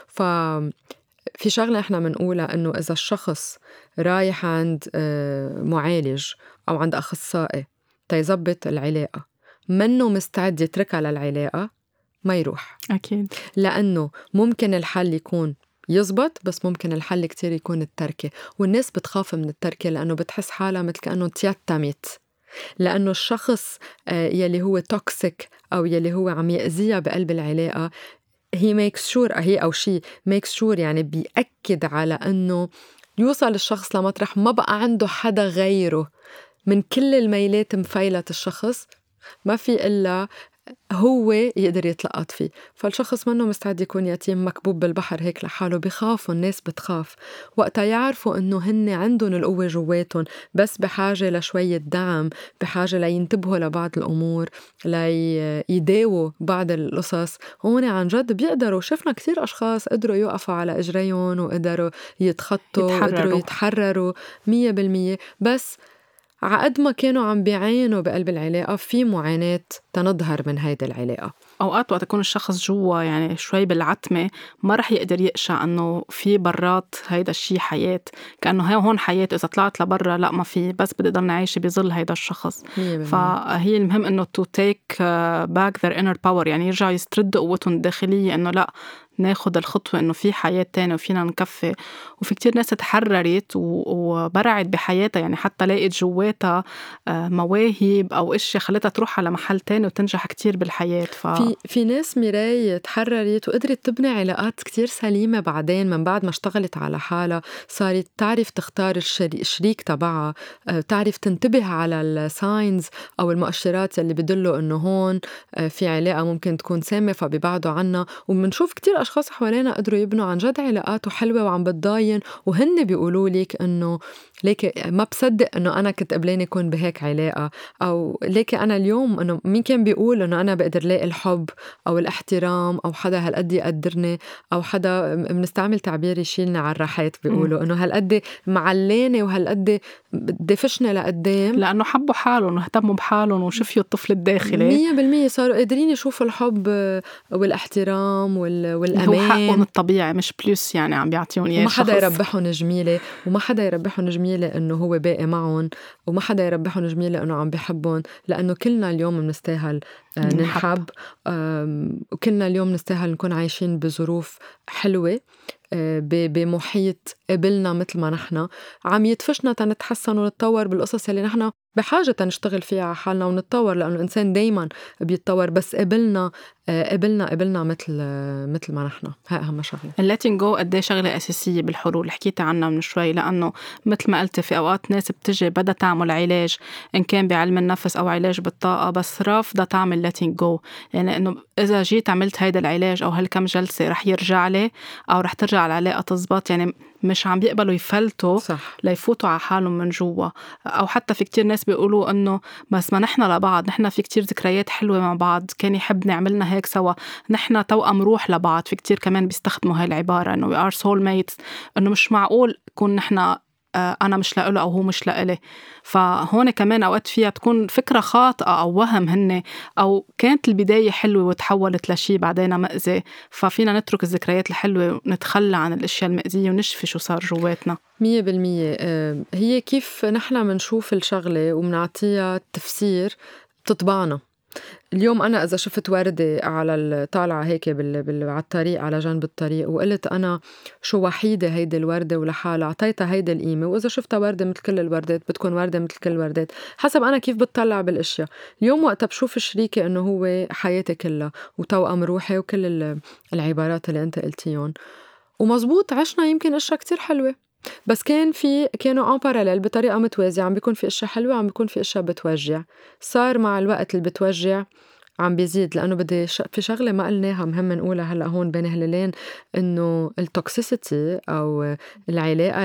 في شغلة إحنا منقولها إنه إذا الشخص رايح عند معالج أو عند أخصائي تيزبط العلاقة منه مستعد يتركها للعلاقة، ما يروح. أكيد، لأنه ممكن الحل يكون يزبط بس ممكن الحل كتير يكون التركة. والناس بتخاف من التركة لأنه بتحس حالها مثل كأنه تيتمت، لأنه الشخص يلي هو توكسيك أو يلي هو عم يأذيها بقلب العلاقة هي أو شي makes sure يعني بيأكد على أنه يوصل الشخص لمطرح ما بقى عنده حدا غيره من كل الميلات مفيلة الشخص، ما في إلا هو يقدر يتلقط فيه. فالشخص منه مستعد يكون يتيم مكبوب بالبحر هيك لحاله. بخافوا، الناس بتخاف وقتا يعرفوا انه هن عندهم القوة جواتهم بس بحاجة لشوية دعم، بحاجة لينتبهوا لبعض الأمور، ليداووا بعض القصص. هون عن جد بيقدروا. شفنا كتير أشخاص قدروا يوقفوا على إجريهم وقدروا يتخطوا وقدروا يتحرروا 100%. بس عقد ما كانوا عم بيعانوا بقلب العلاقة في معاناة تنظهر من هيدا العلاقة. أوقات وقت يكون الشخص جوا يعني شوي بالعتمة ما رح يقدر يقشع أنه في برات هيدا الشي حياة، كأنه هون حياة إذا طلعت لبرا لا ما في، بس بدي ضلني عايشة بظل هيدا الشخص. فهي المهم أنه to take back their inner power، يعني يرجعوا يستردوا قوتهم الداخلية، أنه لا ناخد الخطوة إنه في حياة تانية وفينا نكفي. وفي كتير ناس تحررت وبرعت بحياتها، يعني حتى لقيت جواتها مواهب أو إشياء خلتها تروح على محل تاني وتنجح كتير بالحياة. في في ناس ميراي تحررت وقدرت تبني علاقات كتير سليمة بعدين من بعد ما اشتغلت على حالها، صارت تعرف تختار الشريك تبعها، تعرف تنتبه على الساينز أو المؤشرات اللي بدلوا إنه هون في علاقة ممكن تكون سامة فبيبعدوا عنها. ومنشوف كتير أشخاص حوالينا قدروا يبنوا عن جد علاقات حلوة وعم بتضاين، وهن بيقولوا لك إنه ليكي ما بصدق إنه أنا كنت قبلاني أكون بهيك علاقة، أو ليكي أنا اليوم إنه مين كان بيقول إنه أنا بقدر لاقي الحب أو الاحترام أو حدا هالقد يقدرني، أو حدا بنستعمل تعبير يشيلنا على الراحات، بيقولوا إنه هالقد معلانة وهالقد دفشنا لقدام، لأنه حبوا حالهم واهتموا بحالهم وشفيوا الطفل الداخلي 100% صاروا قادرين يشوفوا الحب والاحترام اللي هو حقهم والأمان، الطبيعي مش بلس يعني عم بيعطيهم إياه وما حدا الشخص. يربحهم جميلة، وما حدا يربحهم جميلة إنه هو باقي معهم، وما حدا يربحهم جميلة إنه عم بحبهم، لأنه كلنا اليوم منستاهل ننحب، وكلنا اليوم نستاهل نكون عايشين بظروف حلوة، بمحيط قبلنا مثل ما نحنا عم يدفشنا تنتحسن ونتطور بالقصص اللي نحنا بحاجة نشتغل فيها على حالنا ونتطور، لأنه الإنسان دايما بيتطور، بس قبلنا مثل ما نحنا. هاي أهم شغلة. الليتين جو قد ايه شغله اساسيه بالحلول اللي حكيت عنها من شوي، لانه مثل ما قلت في اوقات ناس بتجي بدها تعمل علاج ان كان بعلم النفس او علاج بالطاقه، بس رافضه تعمل ليتين جو، يعني انه اذا جيت عملت هيدا العلاج او هالكم جلسه رح يرجع لي او رح ترجع العلاقه تزبط، يعني مش عم بيقبلوا يفلتوا صح. ليفوتوا على حالهم من جوا. او حتى في كتير ناس بيقولوا انه بس ما نحن لبعض، نحن في كتير ذكريات حلوه مع بعض، كان يحبني عملنا هيك سوا، نحن توأم روح لبعض. في كتير كمان بيستخدموا هاي العبارة إنه we are soulmates، إنه مش معقول كون نحن أنا مش لإله أو هو مش لإلي. فهون كمان أوقات فيها تكون فكرة خاطئة أو وهم هن، أو كانت البداية حلوة وتحولت لشي بعدين مأذي، ففينا نترك الذكريات الحلوة ونتخلى عن الأشياء المأذية ونشفي شو صار جواتنا. 100%. هي كيف نحنا منشوف الشغلة ومنعطيها تفسير تطبعنا. اليوم أنا إذا شفت وردة على الطالعة هيك على الطريق، على جنب الطريق، وقلت أنا شو وحيدة هيدي الوردة ولحالها، عطيتها هيدي القيمة، وإذا شفتها وردة مثل كل الوردات بتكون وردة مثل كل الوردات، حسب أنا كيف بتطلع بالأشياء. اليوم وقتها بشوف شريكي إنه هو حياتي كلها وتوأم روحي وكل العبارات اللي أنت قلتيهم، ومزبوط عشنا يمكن أشياء كتير حلوة، بس كانوا en parallel بطريقة متوازية، عم بيكون في أشياء حلوة عم بيكون في أشياء بتوجع. صار مع الوقت اللي بتوجع عم بيزيد، لأنه بدي في شغلة ما قلناها مهم نقولها هلأ هون بين هلالين، إنه التوكسيسيتي أو العلاقة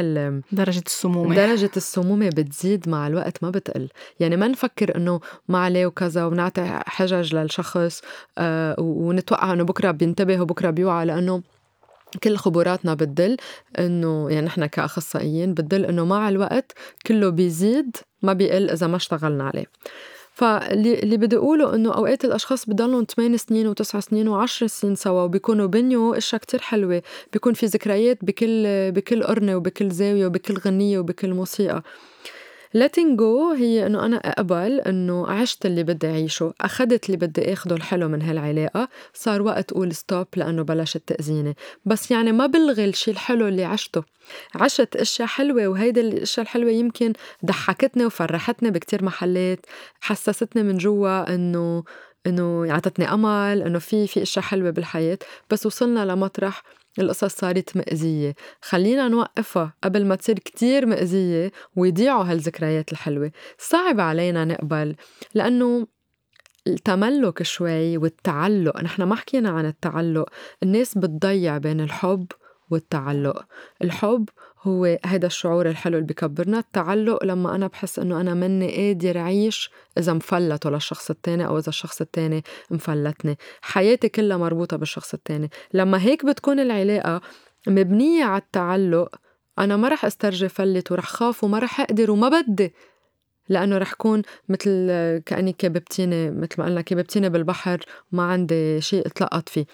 درجة السمومة بتزيد مع الوقت ما بتقل. يعني ما نفكر إنه ما عليه وكذا ونعطي حجج للشخص ونتوقع إنه بكرة بينتبه وبكرة بيوعى، لأنه كل خبراتنا بتدل إنه يعني نحن كأخصائيين بتدل إنه مع الوقت كله بيزيد ما بيقل إذا ما اشتغلنا عليه. فاللي بدي أقوله إنه أوقات الأشخاص بضلهم 8 سنين و9 سنين و10 سنين سوا وبيكونوا بنيوا إشياء كتير حلوة، بيكون في ذكريات بكل قرنة وبكل زاوية وبكل غنية وبكل موسيقى. letting go هي إنه أنا أقبل إنه عشت اللي بدي أعيشه، أخدت اللي بدي أخده الحلو من هالعلاقة، صار وقت أقول ستوب لأنه بلشت تأذيني، بس يعني ما بلغي الشي الحلو اللي عشته. عشت أشياء حلوة، وهيدا الأشياء الحلوة يمكن ضحكتني وفرحتني بكتير محلات، حسستني من جوا إنه عطتني أمل إنه في أشياء حلوة بالحياة، بس وصلنا لمطرح القصص صارت مأزية. خلينا نوقفها قبل ما تصير كتير مأزية ويضيعوا هالذكريات الحلوة. صعب علينا نقبل لأنه التملك شوي والتعلق، نحن ما حكينا عن التعلق، الناس بتضيع بين الحب والتعلق. الحب هو هيدا الشعور الحلو اللي بيكبرنا، التعلق لما أنا بحس إنه أنا مني قادر أعيش إذا مفلته للشخص التاني أو إذا الشخص التاني مفلتني، حياتي كلها مربوطة بالشخص التاني. لما هيك بتكون العلاقة مبنية على التعلق، أنا ما رح استرجي فلت ورح خاف وما رح أقدر وما بدي، لأنه رح كون مثل كأني كببتيني، مثل ما قلنا كببتيني بالبحر ما عندي شيء اتلقط فيه.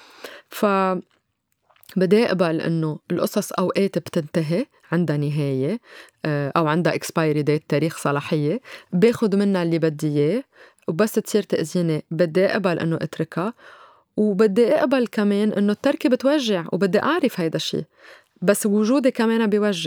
بدي أقبل إنه القصص أوقات بتنتهي، عندها نهاية أو عندها expiry date، تاريخ صلاحية، باخد منها اللي بدي إياه، وبس تصير تأذيني بدي أقبل إنه أتركها. وبدي أقبل كمان إنه التركة بتوجع، وبدي أعرف هيدا الشي، بس وجودي كمان بيوجع.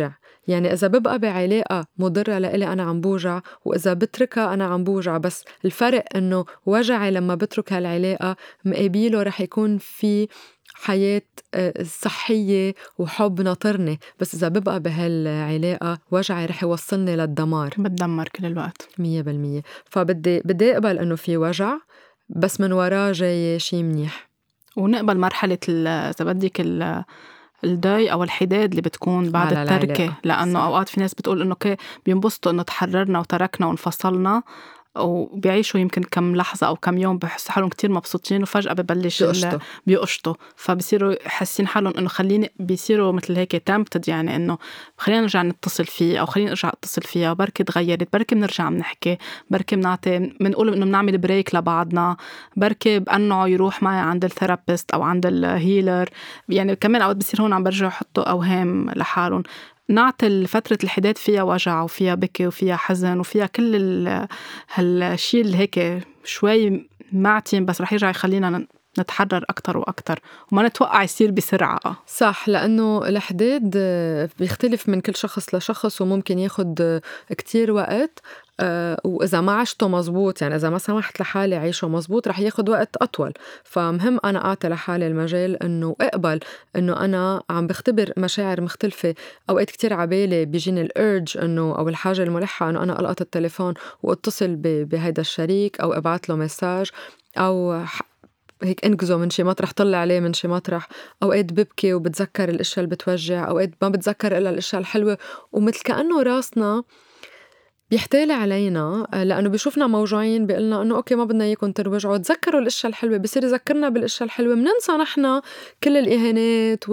يعني إذا ببقى بعلاقة مضرة لإلي أنا عم بوجع، وإذا بتركها أنا عم بوجع. بس الفرق إنه وجعي لما بترك هالعلاقة مقابله رح يكون في حياة صحية وحب ناطرني. بس إذا ببقى بهالعلاقة وجعي رح يوصلني للدمار، بتدمر كل الوقت 100%. فبدي أقبل إنه في وجع، بس من وراه جاي شي منيح. ونقبل مرحلة إذا بدك الداي أو الحداد اللي بتكون بعد على التركة، العلاقة. لأنه صح. أوقات في ناس بتقول إنه بينبسطوا إنه تحررنا وتركنا وانفصلنا، وبيعيشوا يمكن كم لحظة أو كم يوم بحسوا حالهم كتير مبسوطين، وفجأة ببلش بيقشطوا، فبصيروا حاسين حالهم إنه بيصيروا مثل هيك tempted، يعني إنه خلينا نرجع نتصل فيه أو خلينا نرجع اتصل فيها، بركي تغيرت، بركي بنرجع بنحكي، بركي بنقول إنه بنعمل بريك لبعضنا، بركي بأنه يروح معي عند الثيرابيست أو عند الهيلر. يعني كمان أوقات بصير هون عم برجعوا يحطوا أوهام لحالهم. نعطي فترة الحداد فيها وجع وفيها بكي وفيها حزن وفيها كل هالشي اللي هيك شوي معتين، بس رح يرجع يخلينا نتحرر أكتر وأكتر وما نتوقع يصير بسرعة. صح، لأنه الحداد بيختلف من كل شخص لشخص وممكن ياخد كتير وقت. وإذا ما عشته مزبوط، يعني إذا ما سمحت لحالي عيشه مزبوط رح ياخد وقت أطول. فمهم أنا أعطي لحالي المجال إنه أقبل إنه أنا عم بختبر مشاعر مختلفة. أوقات كتير عبالي بيجيني الأرج إنه أو الحاجة الملحة إنه أنا ألقط التليفون واتصل بهيدا الشريك أو أبعت له مساج أو هيك انقذه من شي مطرح، طلع عليه من شي مطرح. أوقات ببكي وبتذكر الاشياء اللي بتوجع، أوقات ما بتذكر إلا الاشياء الحلوة. ومثل كأنه راسنا بيحتال علينا لأنه بيشوفنا موجوعين بيقلنا إنه أوكي ما بدنا إياكم تروجعوا، تذكروا الاشياء الحلوة. بصير يذكرنا بالاشياء الحلوة، مننسى نحنا كل الإهانات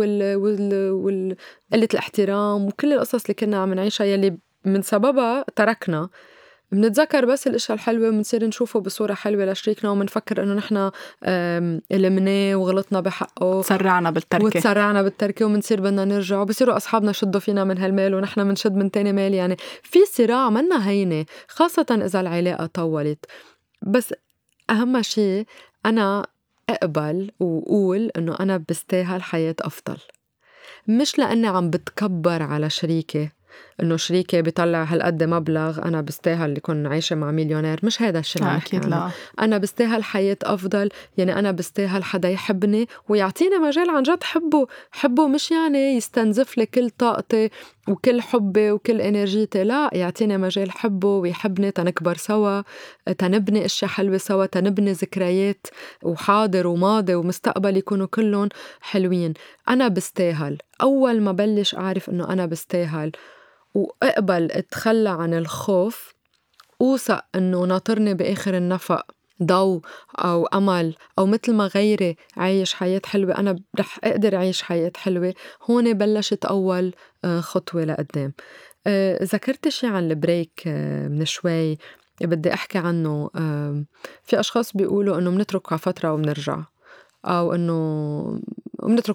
قلة الاحترام وكل القصص اللي كنا عم نعيشها يلي من سببها تركنا. منتذكر بس الاشياء الحلوة ومنصير نشوفه بصورة حلوة لشريكنا ومنفكر إنه نحنا لمناه وغلطنا بحقه وتسرعنا بالتركة ومنصير بدنا نرجع، وبصيروا أصحابنا شدوا فينا من هالمال ونحنا منشد من تاني مال. يعني في صراع منا هينة، خاصة إذا العلاقة طولت. بس أهم شيء أنا أقبل وقول إنه أنا بستاهل حياة أفضل، مش لأني عم بتكبر على شريكي إنه شريكي بيطلع هالقد مبلغ أنا بستاهل يكون عايشة مع مليونير. مش هيدا الشيء اللي أكيد لا. أنا بستاهل حياة أفضل، يعني أنا بستاهل حدا يحبني ويعطيني مجال عن جد حبه مش يعني يستنزف لي كل طاقتي وكل حبي وكل إنرجيتي. لا، يعطيني مجال حبه ويحبني تنكبر سوا، تنبني أشياء حلوة سوا، تنبني ذكريات وحاضر وماضي ومستقبل يكونوا كلهم حلوين. أنا بستاهل. أول ما بلش أعرف إنه أنا بستاهل وأقبل أتخلى عن الخوف، أوثق إنه ناطرني بآخر النفق ضوء أو أمل، أو مثل ما غيري عايش حياة حلوة أنا رح أقدر أعيش حياة حلوة. هون بلشت أول خطوة لقدام. ذكرت شي عن البريك من شوي بدي أحكي عنه. في أشخاص بيقولوا إنه منترك فترة ومنرجع، أو إنه منترك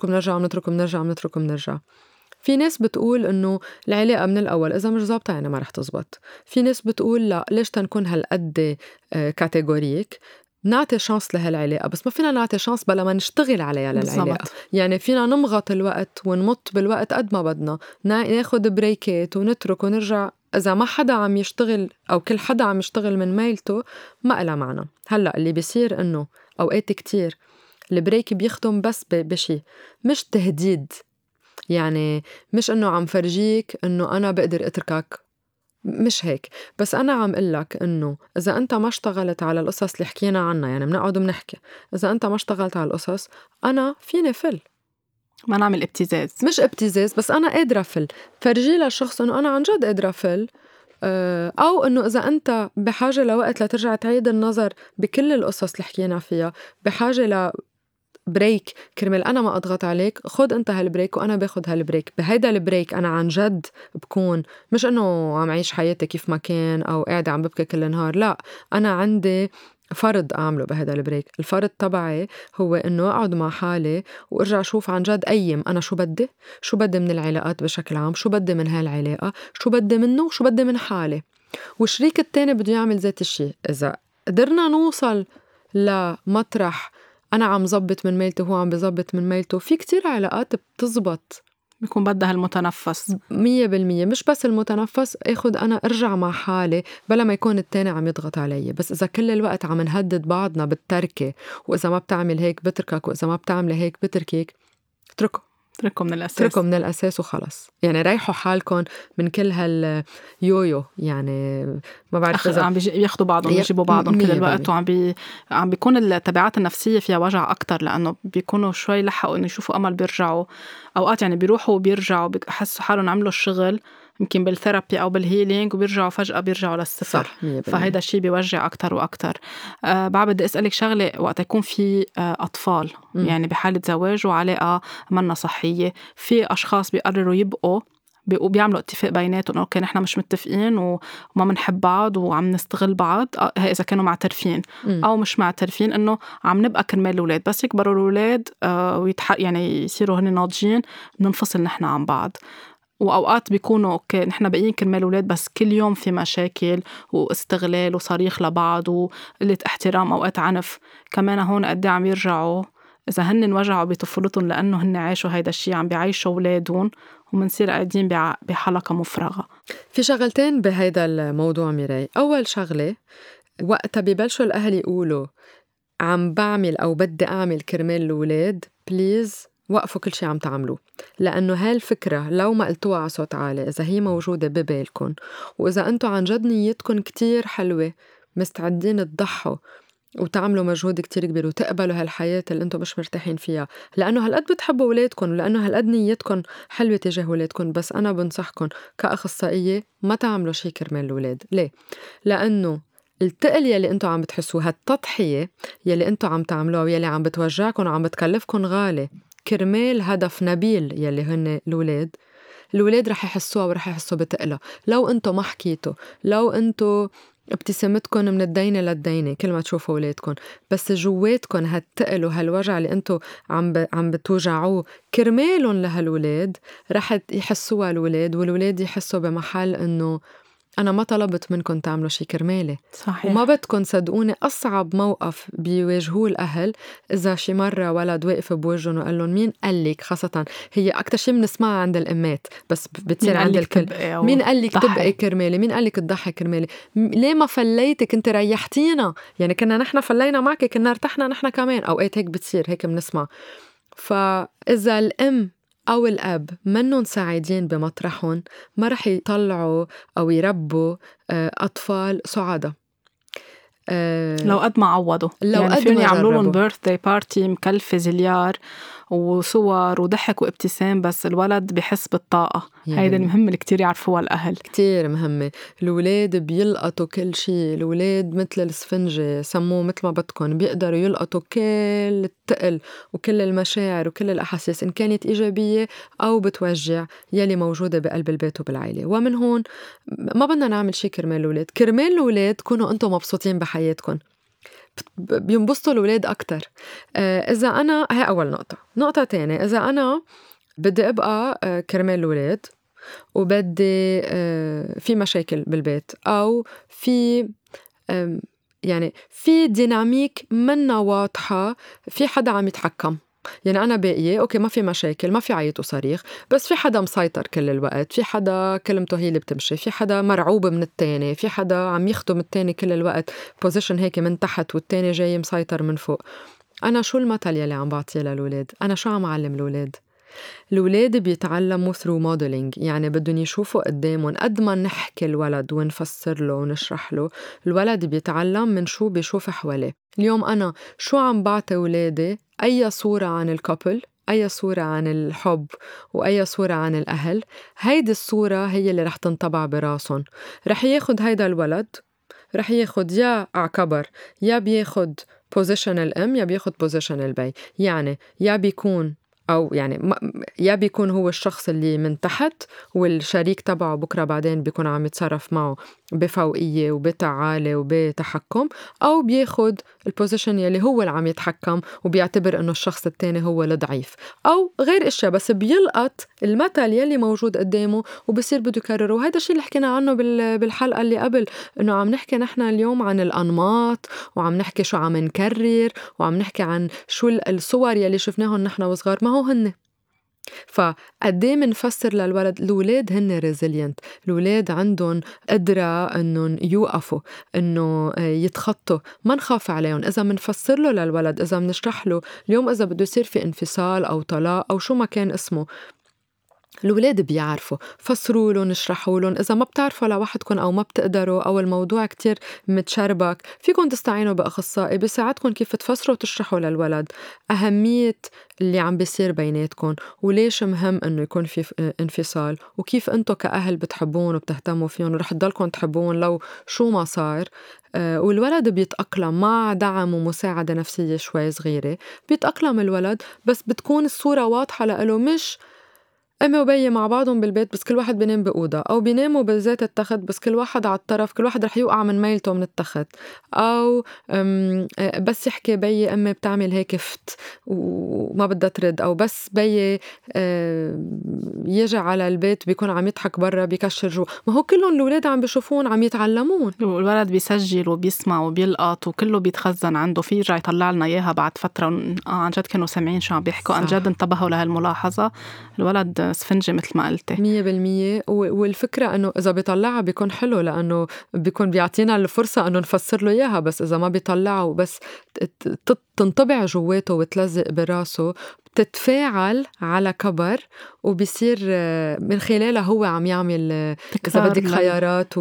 ومنرجع. في ناس بتقول إنه العلاقة من الأول إذا مش ظابطة يعني ما رح تزبط. في ناس بتقول لا، ليش تنكون هالقد كاتيجوريك، نعطي شانس لهالعلاقة، بس ما فينا نعطي شانس بلا ما نشتغل عليها للعلاقة. يعني فينا نمغط الوقت ونمط بالوقت قد ما بدنا، ناخد بريكات ونترك ونرجع. إذا ما حدا عم يشتغل أو كل حدا عم يشتغل من ميلته ما إلا معنى. هلأ اللي بيصير إنه أوقات كتير البريك بيخدم بس بشي مش تهديد، يعني مش إنه عم فرجيك إنه أنا بقدر أتركك، مش هيك. بس أنا عم قلك إنه إذا أنت ما اشتغلت على القصص اللي حكينا عنها، يعني منقعد ومنحكي، إذا أنت ما اشتغلت على القصص أنا فيني فل، ما نعمل ابتزاز، مش ابتزاز، بس أنا قادرة فل، فرجي للشخص إنه أنا عن جد قادرة فل. أو إنه إذا أنت بحاجة لوقت لترجع تعيد النظر بكل القصص اللي حكينا فيها، بحاجة بريك كرمال أنا ما أضغط عليك، خد أنت هالبريك وأنا باخد هالبريك. بهيدا البريك أنا عن جد بكون مش إنه عم عيش حياتي كيف ما كان أو قاعدة عم ببكي كل نهار. لا، أنا عندي فرض أعمله بهيدا البريك. الفرض تبعي هو إنه أقعد مع حالي وأرجع أشوف عن جد أيم أنا شو بدي من العلاقات بشكل عام، شو بدي من هالعلاقة، شو بدي منه وشو بدي من حالي. والشريك التاني بده يعمل ذات الشيء. إذا قدرنا نوصل لمطرح أنا عم زبط من ميلته وهو عم بزبط من ميلته، في كتير علاقات بتزبط. بيكون بدها المتنفس 100%. مش بس المتنفس، اخد أنا أرجع مع حالي بلا ما يكون التاني عم يضغط علي. بس إذا كل الوقت عم نهدد بعضنا بالتركة، وإذا ما بتعمل هيك بتركك، وإذا ما بتعمل هيك بتركك، اتركوا من الأساس. اتركوا من الأساس وخلص. يعني ريحوا حالكم من كل هاليويو. يعني ما بعرف إذا عم بياخدوا بعضهم بيجيبوا بعضهم كل الوقت، عم بيكون التبعات النفسية فيها وجع أكتر، لأنه بيكونوا شوي لحقوا إنه يشوفوا أمل بيرجعوا. أوقات يعني بيروحوا وبيرجعوا بيحسوا حالهم عملوا الشغل يمكن بالثيرابي أو بالهيلينج، وبيرجعوا فجأة بيرجعوا للصفر. صح 100%. فهيدا الشيء بيوجع أكتر وأكتر. بعد بدي أسألك شغلة، وقت يكون في أطفال يعني بحالة زواج وعلاقة منا صحية، في أشخاص بيقرروا يبقوا وبيعملوا اتفاق بيناتهم اوكي نحن مش متفقين وما بنحب بعض وعم نستغل بعض، اذا كانوا معترفين او مش معترفين انه عم نبقى كرمال الاولاد، بس يكبروا الاولاد يعني يصيروا هن ناضجين ننفصل نحن عن بعض. واوقات بيكونوا اوكي نحن باقيين كرمال الاولاد، بس كل يوم في مشاكل واستغلال وصريخ لبعض وقلة احترام، اوقات عنف كمان. هون قد عم يرجعوا إذا هن انوجعوا بطفولتهم لأنه هن عايشوا هيدا الشيء عم بيعيشوا أولادهم، ومنصير قاعدين بحلقة مفرغة. في شغلتين بهيدا الموضوع ميراي. أول شغلة، وقتها ببلشوا الأهل يقولوا عم بعمل أو بدي أعمل كرمال الأولاد، بليز وقفوا كل شي عم تعملوه. لأنه هالفكرة لو ما قلتوها على صوت عالي، إذا هي موجودة ببالكم، وإذا أنتوا عن جد نيتكم كتير حلوة، مستعدين تضحوا وتعملوا مجهود كتير كبير وتقبلوا هالحياة اللي انتم مش مرتاحين فيها، لأنه هالقد بتحبوا ولادكم ولأنه هالقد نيتكم حلوة تجاه ولادكم. بس أنا بنصحكم كأخصائية ما تعملوا شي كرمال الولاد. ليه؟ لأنه التقل يلي انتم عم بتحسوها، التضحية يلي انتم عم تعملوها ويلي عم بتوجعكم وعم بتكلفكم غالي كرمال هدف نبيل يلي هن الولاد رح يحسوها ورح يحسوا بتقلها. لو انتم ما حكيتوا، لو انتم ابتسامتكم من الدينة للدينة كل ما تشوفوا ولادكم، بس جواتكم هالتقل وهالوجع اللي انتم عم بتوجعوه كرمالهم لهالولاد، رح يحسوها الولاد، والولاد يحسوا بمحل انه أنا ما طلبت منكم تعملوا شي كرمالي. صحيح. وما بدكم صدقوني أصعب موقف بيواجهوه الأهل إذا شي مرة ولد واقف بوجهن وقال لهم مين قالك، خاصة هي أكتر شي بنسمعها عند الأمات، بس بتصير عند الكل مين قالك تبقي كرمالي، مين قالك تضحي كرمالي، ليه ما فليتك انت ريحتينا، يعني كنا نحن فلينا معك كنا ارتحنا نحن كمان. أوقات هيك بتصير، هيك بنسمع. فإذا الأم أو الأب منن سعيدين بمطرحهم، ما رح يطلعوا أو يربوا أطفال سعادة. لو قد ما عوضوا، لو يعني قد فيهم ما يعملوا لهم جربوا. بيرثداي بارتي مكلفة زليار وصور وضحك وابتسام، بس الولد بحس بالطاقة. هيدا المهم اللي كتير يعرفوها الأهل، كتير مهمة. الولاد بيلقطوا كل شيء. الولاد مثل السفنجة، سموه مثل ما بدكم، بيقدروا يلقطوا كل التقل وكل المشاعر وكل الأحاسيس إن كانت إيجابية أو بتوجع يلي موجودة بقلب البيت وبالعيلة. ومن هون ما بدنا نعمل شي كرمال الولاد. كرمال الولاد كونوا أنتم مبسوطين بحياتكم، بينبسطوا الولاد أكتر. إذا أنا، هي أول نقطة تانية، إذا أنا بدي أبقى كرمال الولاد وبدي في مشاكل بالبيت أو في يعني في ديناميك منا واضحة، في حدا عم يتحكم، يعني أنا باقية أوكي ما في مشاكل، ما في عيط وصريخ، بس في حدا مسيطر كل الوقت، في حدا كلمته هي اللي بتمشي، في حدا مرعوب من التاني، في حدا عم يخدم التاني كل الوقت بوزيشن هيك من تحت والتاني جاي مسيطر من فوق. أنا شو المثل يلي عم بعطيه للولاد؟ أنا شو عم أعلم الولاد؟ الولاد بيتعلموا through modeling، يعني بدهم يشوفوا قدامهم. قد ما نحكي الولد ونفسر له ونشرح له، الولد بيتعلم من شو بيشوف حواليه. اليوم أنا شو عم بعطي ولادي؟ أي صورة عن الكابل، أي صورة عن الحب، وأي صورة عن الأهل، هيدي الصورة هي اللي رح تنطبع براسهم. رح ياخد هيدا الولد، رح ياخد يا عكبر، يا بياخد بوزيشن الأم، يا بياخد بوزيشن البي. يعني يا بيكون أو يعني يا بيكون هو الشخص اللي من تحت والشريك تبعه بكرة بعدين بيكون عم يتصرف معه بفوقية وبتعالي وبتحكم، أو بياخد البوزيشن يلي هو اللي عم يتحكم وبيعتبر إنه الشخص التاني هو الضعيف أو غير إشياء، بس بيلقط المثل يلي موجود قدامه وبصير بده يكرره. وهذا الشيء اللي حكينا عنه بالحلقة اللي قبل، إنه عم نحكي نحن اليوم عن الأنماط، وعم نحكي شو عم نكرر، وعم نحكي عن شو الصور يلي شفناهم نحن وصغار. ما هو هن فقديه منفسر للولد الولاد هن resilient، الولاد عندهم قدرة إنهم يوقفوا، إنه يتخطوا، ما نخاف عليهم. إذا منفسر له للولد، إذا منشرح له اليوم إذا بده يصير في انفصال أو طلاق أو شو ما كان اسمه، الولاد بيعرفوا، فسروا لهم، اشرحوا لهم. إذا ما بتعرفوا لوحدكم أو ما بتقدروا أو الموضوع كتير متشربك، فيكن تستعينوا بأخصائي بيساعدكم كيف تفسروا وتشرحوا للولد أهمية اللي عم بيصير بيناتكم، وليش مهم إنه يكون في انفصال، وكيف أنتوا كأهل بتحبون وبتهتموا فيهم ورح تضلكم تحبون لو شو ما صار. والولد بيتأقلم مع دعم ومساعدة نفسية شوي صغيرة، بيتأقلم الولد. بس بتكون الصورة واضحة لإله، مش أمي وبيي مع بعضهم بالبيت بس كل واحد بينام بأوضة، أو بيناموا بذات التخت بس كل واحد على الطرف، كل واحد رح يوقع من ميلته من التخت. أو بس يحكي بيي أمي بتعمل هيك وما بدها ترد، أو بس بيي يجي على البيت بيكون عم يضحك برا بيكشر جوا. ما هو كلهم الولاد عم بيشوفون عم يتعلمون. الولد بيسجل وبيسمع وبيلقط وكله بيتخزن عنده، في يرجع يطلع لنا إياها بعد فترة. عن جد كانوا سامعين شو عم بيحكوا، عن جد انتبهوا لهالملاحظة. الولد سفنجة مثل ما قلتي 100%. والفكرة أنه إذا بيطلعها بيكون حلو، لأنه بيكون بيعطينا الفرصة أنه نفسر له إياها. بس إذا ما بيطلعه وبس تنطبع جواته وتلزق براسه، بتتفاعل على كبر وبيصير من خلالها هو عم يعمل إذا بدك خيارات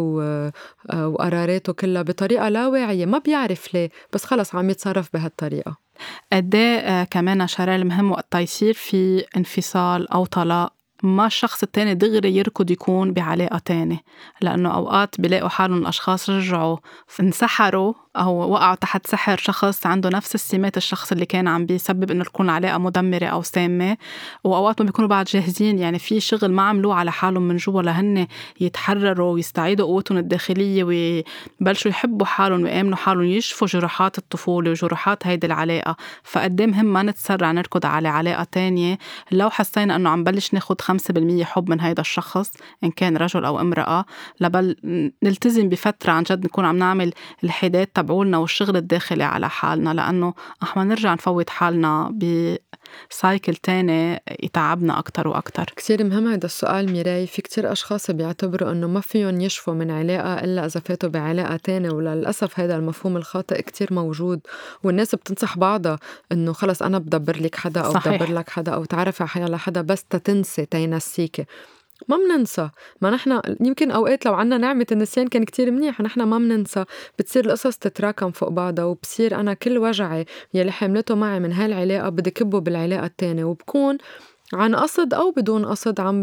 وقراراته كلها بطريقة لا واعية، ما بيعرف ليه، بس خلص عم يتصرف بهالطريقة. قديه كمان شرال مهم وقت يصير في انفصال أو طلاق ما الشخص التاني دغري يركض يكون بعلاقة تاني، لأنه أوقات بيلاقوا حالهم الأشخاص رجعوا انسحروا أو وقعوا تحت سحر شخص عنده نفس السمات الشخص اللي كان عم بيسبب إنه تكون علاقة مدمرة أو سامة. وأوقات ما بيكونوا بعد جاهزين، يعني في شغل ما عملوه على حالهم من جوا لهن يتحرروا ويستعيدوا قوتهم الداخلية ويبلشوا يحبوا حالهم ويأمنوا حالهم، يشفوا جروحات الطفولة وجروحات هيدي العلاقة. فقدام مهم ما نتسرع نركض على علاقة تانية لو حسينا أنه عم بلش ناخد 5% حب من هيدا الشخص إن كان رجل أو امرأة، لبل نلتزم بفترة عن جد نكون عم نعمل الحداد تبعولنا والشغل الداخلي على حالنا، لأنه أحنا نرجع نفوت حالنا بسايكل تاني يتعبنا أكتر وأكتر. كتير مهم هذا السؤال ميراي. في كتير أشخاص بيعتبروا أنه ما فيهم يشفوا من علاقة إلا إذا فاتوا بعلاقة تانية، وللأسف هذا المفهوم الخاطئ كتير موجود. والناس بتنصح بعضها أنه خلص أنا بدبر لك حدا أو صحيح. بدبر لك حدا أو تعرف على حدا بس تنسي تينسيكي. ما مننسى، ما نحنا يمكن أوقات لو عنا نعمة النسيان كان كتير منيح، نحنا ما مننسى. بتصير القصص تتراكم فوق بعضها، وبصير أنا كل وجعي يلي حملته معي من هالعلاقة بدي كبه بالعلاقة التانية، وبكون عن قصد أو بدون قصد عم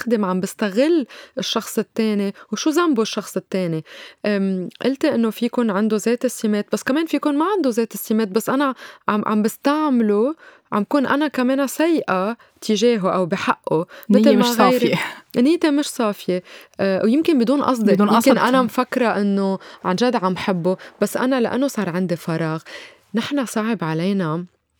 بستغل الشخص التاني. وشو ذنبه الشخص التاني؟ قلت إنه فيكون عنده ذات السمات بس كمان فيكون ما عنده ذات السمات، بس أنا عم بستعمله، عم كون أنا كمان سيئة تجاهه أو بحقه. نية مش صافية. نيتي مش صافية، ويمكن بدون قصد. يمكن أنا مفكرة إنه عن جد عم حبه، بس أنا لأنه صار عندي فراغ. نحن صعب علينا،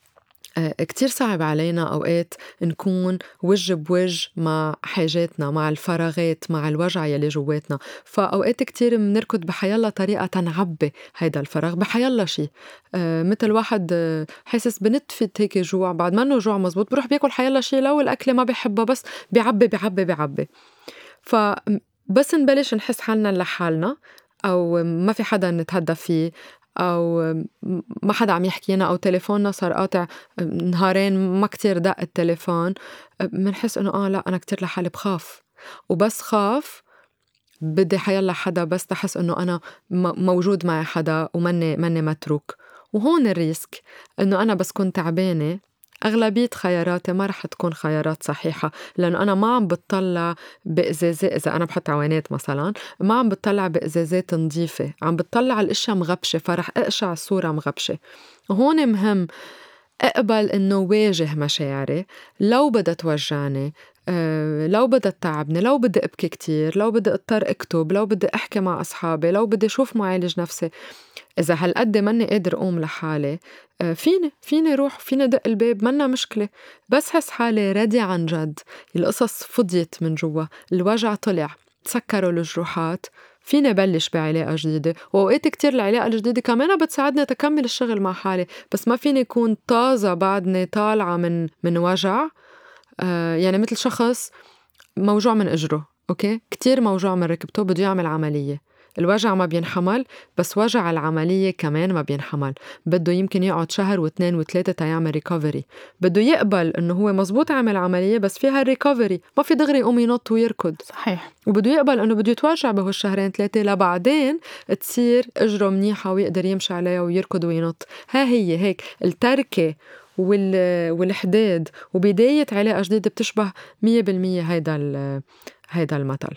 كتير صعب علينا أوقات نكون وجه بوجه مع حاجاتنا، مع الفراغات، مع الوجع يلي جواتنا. فأوقات كتير منركض بحيالله طريقة تنعبي هيدا الفراغ بحيالله شي. مثل واحد حاسس بنتفة هيك جوع، بعد ما انه جوع مزبوط بروح بياكل حيالله شي لو الأكلة ما بيحبها، بس بيعبي. فبس نبلش نحس حالنا لحالنا، أو ما في حدا نتهدى فيه، أو ما حدا عم يحكينا، أو تليفوننا صار قاطع نهارين ما كتير دق التليفون، منحس إنه لا أنا كتير لحالي بخاف. وبس خاف بدي حيالله حدا بس تحس إنه أنا موجود معي حدا ومني متروك. وهون الريسك إنه أنا بس كنت تعبانة، أغلبية خياراتي ما رح تكون خيارات صحيحة، لأنه أنا ما عم بتطلع بإزازات. إذا أنا بحط عوانات مثلا ما عم بتطلع بإزازات نظيفة، عم بتطلع الأشياء مغبشة، فرح أقشع الصورة مغبشة. وهون مهم أقبل إنه واجه مشاعري لو بدها توجعني، لو بدها تتعبني، لو بدي أبكي كتير، لو بدي أضطر أكتب، لو بدي أحكي مع أصحابي، لو بدي أشوف معالج نفسي. إذا هالقد ماني قادر أقوم لحالي، فيني روح، فيني دق الباب، منا مشكلة. بس حس حالي ردي عن جد، القصص فضيت من جوا، الوجع طلع، تسكروا الجروحات، فيني بلش بعلاقة جديدة. وأوقات كتير العلاقة الجديدة كمان بتساعدني تكمل الشغل مع حالي، بس ما فيني يكون طازة بعدني طالعة من وجع يعني مثل شخص موجوع من إجره، أوكي؟ كتير موجوع من ركبته، بده يعمل عملية. الوجع ما بينحمل، بس وجع العملية كمان ما بينحمل. بده يمكن يقعد شهر واثنين وثلاثة تيعمل ريكوفري. بده يقبل إنه هو مزبوط عمل عملية، بس فيها الريكوفري، ما في دغري يقوم ينط ويركض. صحيح. وبده يقبل إنه بده يتوجع بهالشهرين ثلاثة لبعدين تصير إجره منيحة ويقدر يمشي عليها ويركض وينط. هي هيك التركة والحداد وبداية علاقة جديدة بتشبه 100% هيدا المثل.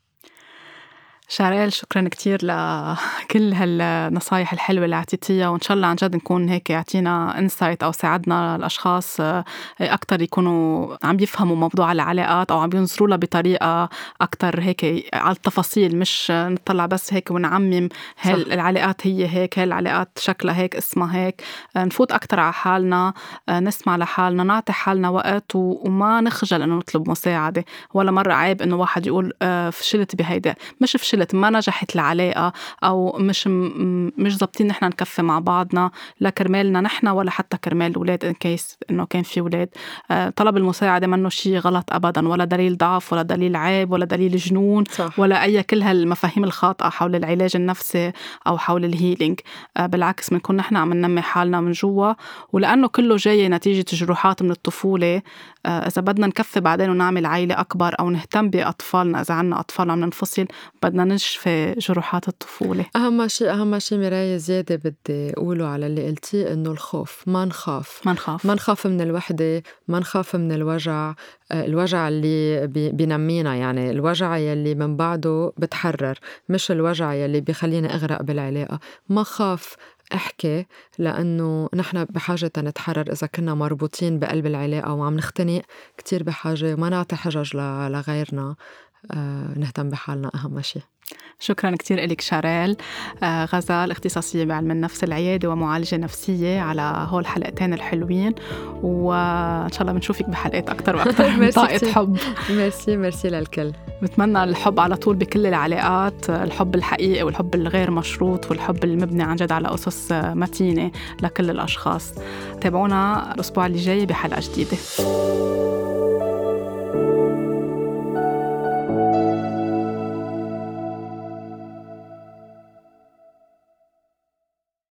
شاريل، شكراً كتير لكل هالنصايح الحلوة اللي عطيتيها، وإن شاء الله عن جد نكون هيك عطينا إنسايت أو ساعدنا الأشخاص أكتر يكونوا عم يفهموا موضوع العلاقات أو عم ينظروا لها بطريقة أكتر هيك على التفاصيل، مش نطلع بس هيك ونعمم العلاقات هي هيك، العلاقات شكلها هيك، اسمها هيك. نفوت أكتر على حالنا، نسمع لحالنا، نعطي حالنا وقت وما نخجل إنه نطلب مساعدة. ولا مرة عيب إنه واحد يقول فشلت بهيدا، مش فشلت، ما نجحت العلاقة أو مش ضبطين نحن نكفي مع بعضنا، لا كرمالنا نحن ولا حتى كرمال الأولاد إن كيس إنه كان في أولاد. طلب المساعدة منه شيء غلط أبدا، ولا دليل ضعف ولا دليل عيب ولا دليل جنون. صح. ولا أي كل هالمفاهيم الخاطئة حول العلاج النفسي أو حول الهيلينج. بالعكس، بنكون نحن عم ننمي حالنا من جوا، ولأنه كله جاي نتيجة جروحات من الطفولة. إذا بدنا نكفي بعدين ونعمل عائلة أكبر أو نهتم بأطفالنا، إذا عنا أطفال عم ننفصل، بدنا نشفي جروحات الطفولة. أهم شيء مراية زيادة بدي أقوله على اللي قلتيه، إنه الخوف. ما نخاف من الوحدة، ما نخاف من الوجع اللي بينمينا، يعني الوجع يلي من بعده بتحرر، مش الوجع يلي بيخليني أغرق بالعلاقة. ما خاف أحكي، لأنه نحن بحاجة نتحرر. إذا كنا مربوطين بقلب العلاقة وعم نختنق، كتير بحاجة ما نعطي حجج لغيرنا. نهتم بحالنا أهم شيء. شكراً كتير إليك شاريل غزال، اختصاصية بعلم النفس العيادة ومعالجة نفسية، على هول الحلقتين الحلوين، وإن شاء الله بنشوفك بحلقات أكتر وأكتر. طاقة حب. ميرسي للكل. بتمنى الحب على طول بكل العلاقات، الحب الحقيقي والحب الغير مشروط والحب المبني عن جد على أسس متينة لكل الأشخاص. تابعونا الأسبوع اللي جاي بحلقة جديدة.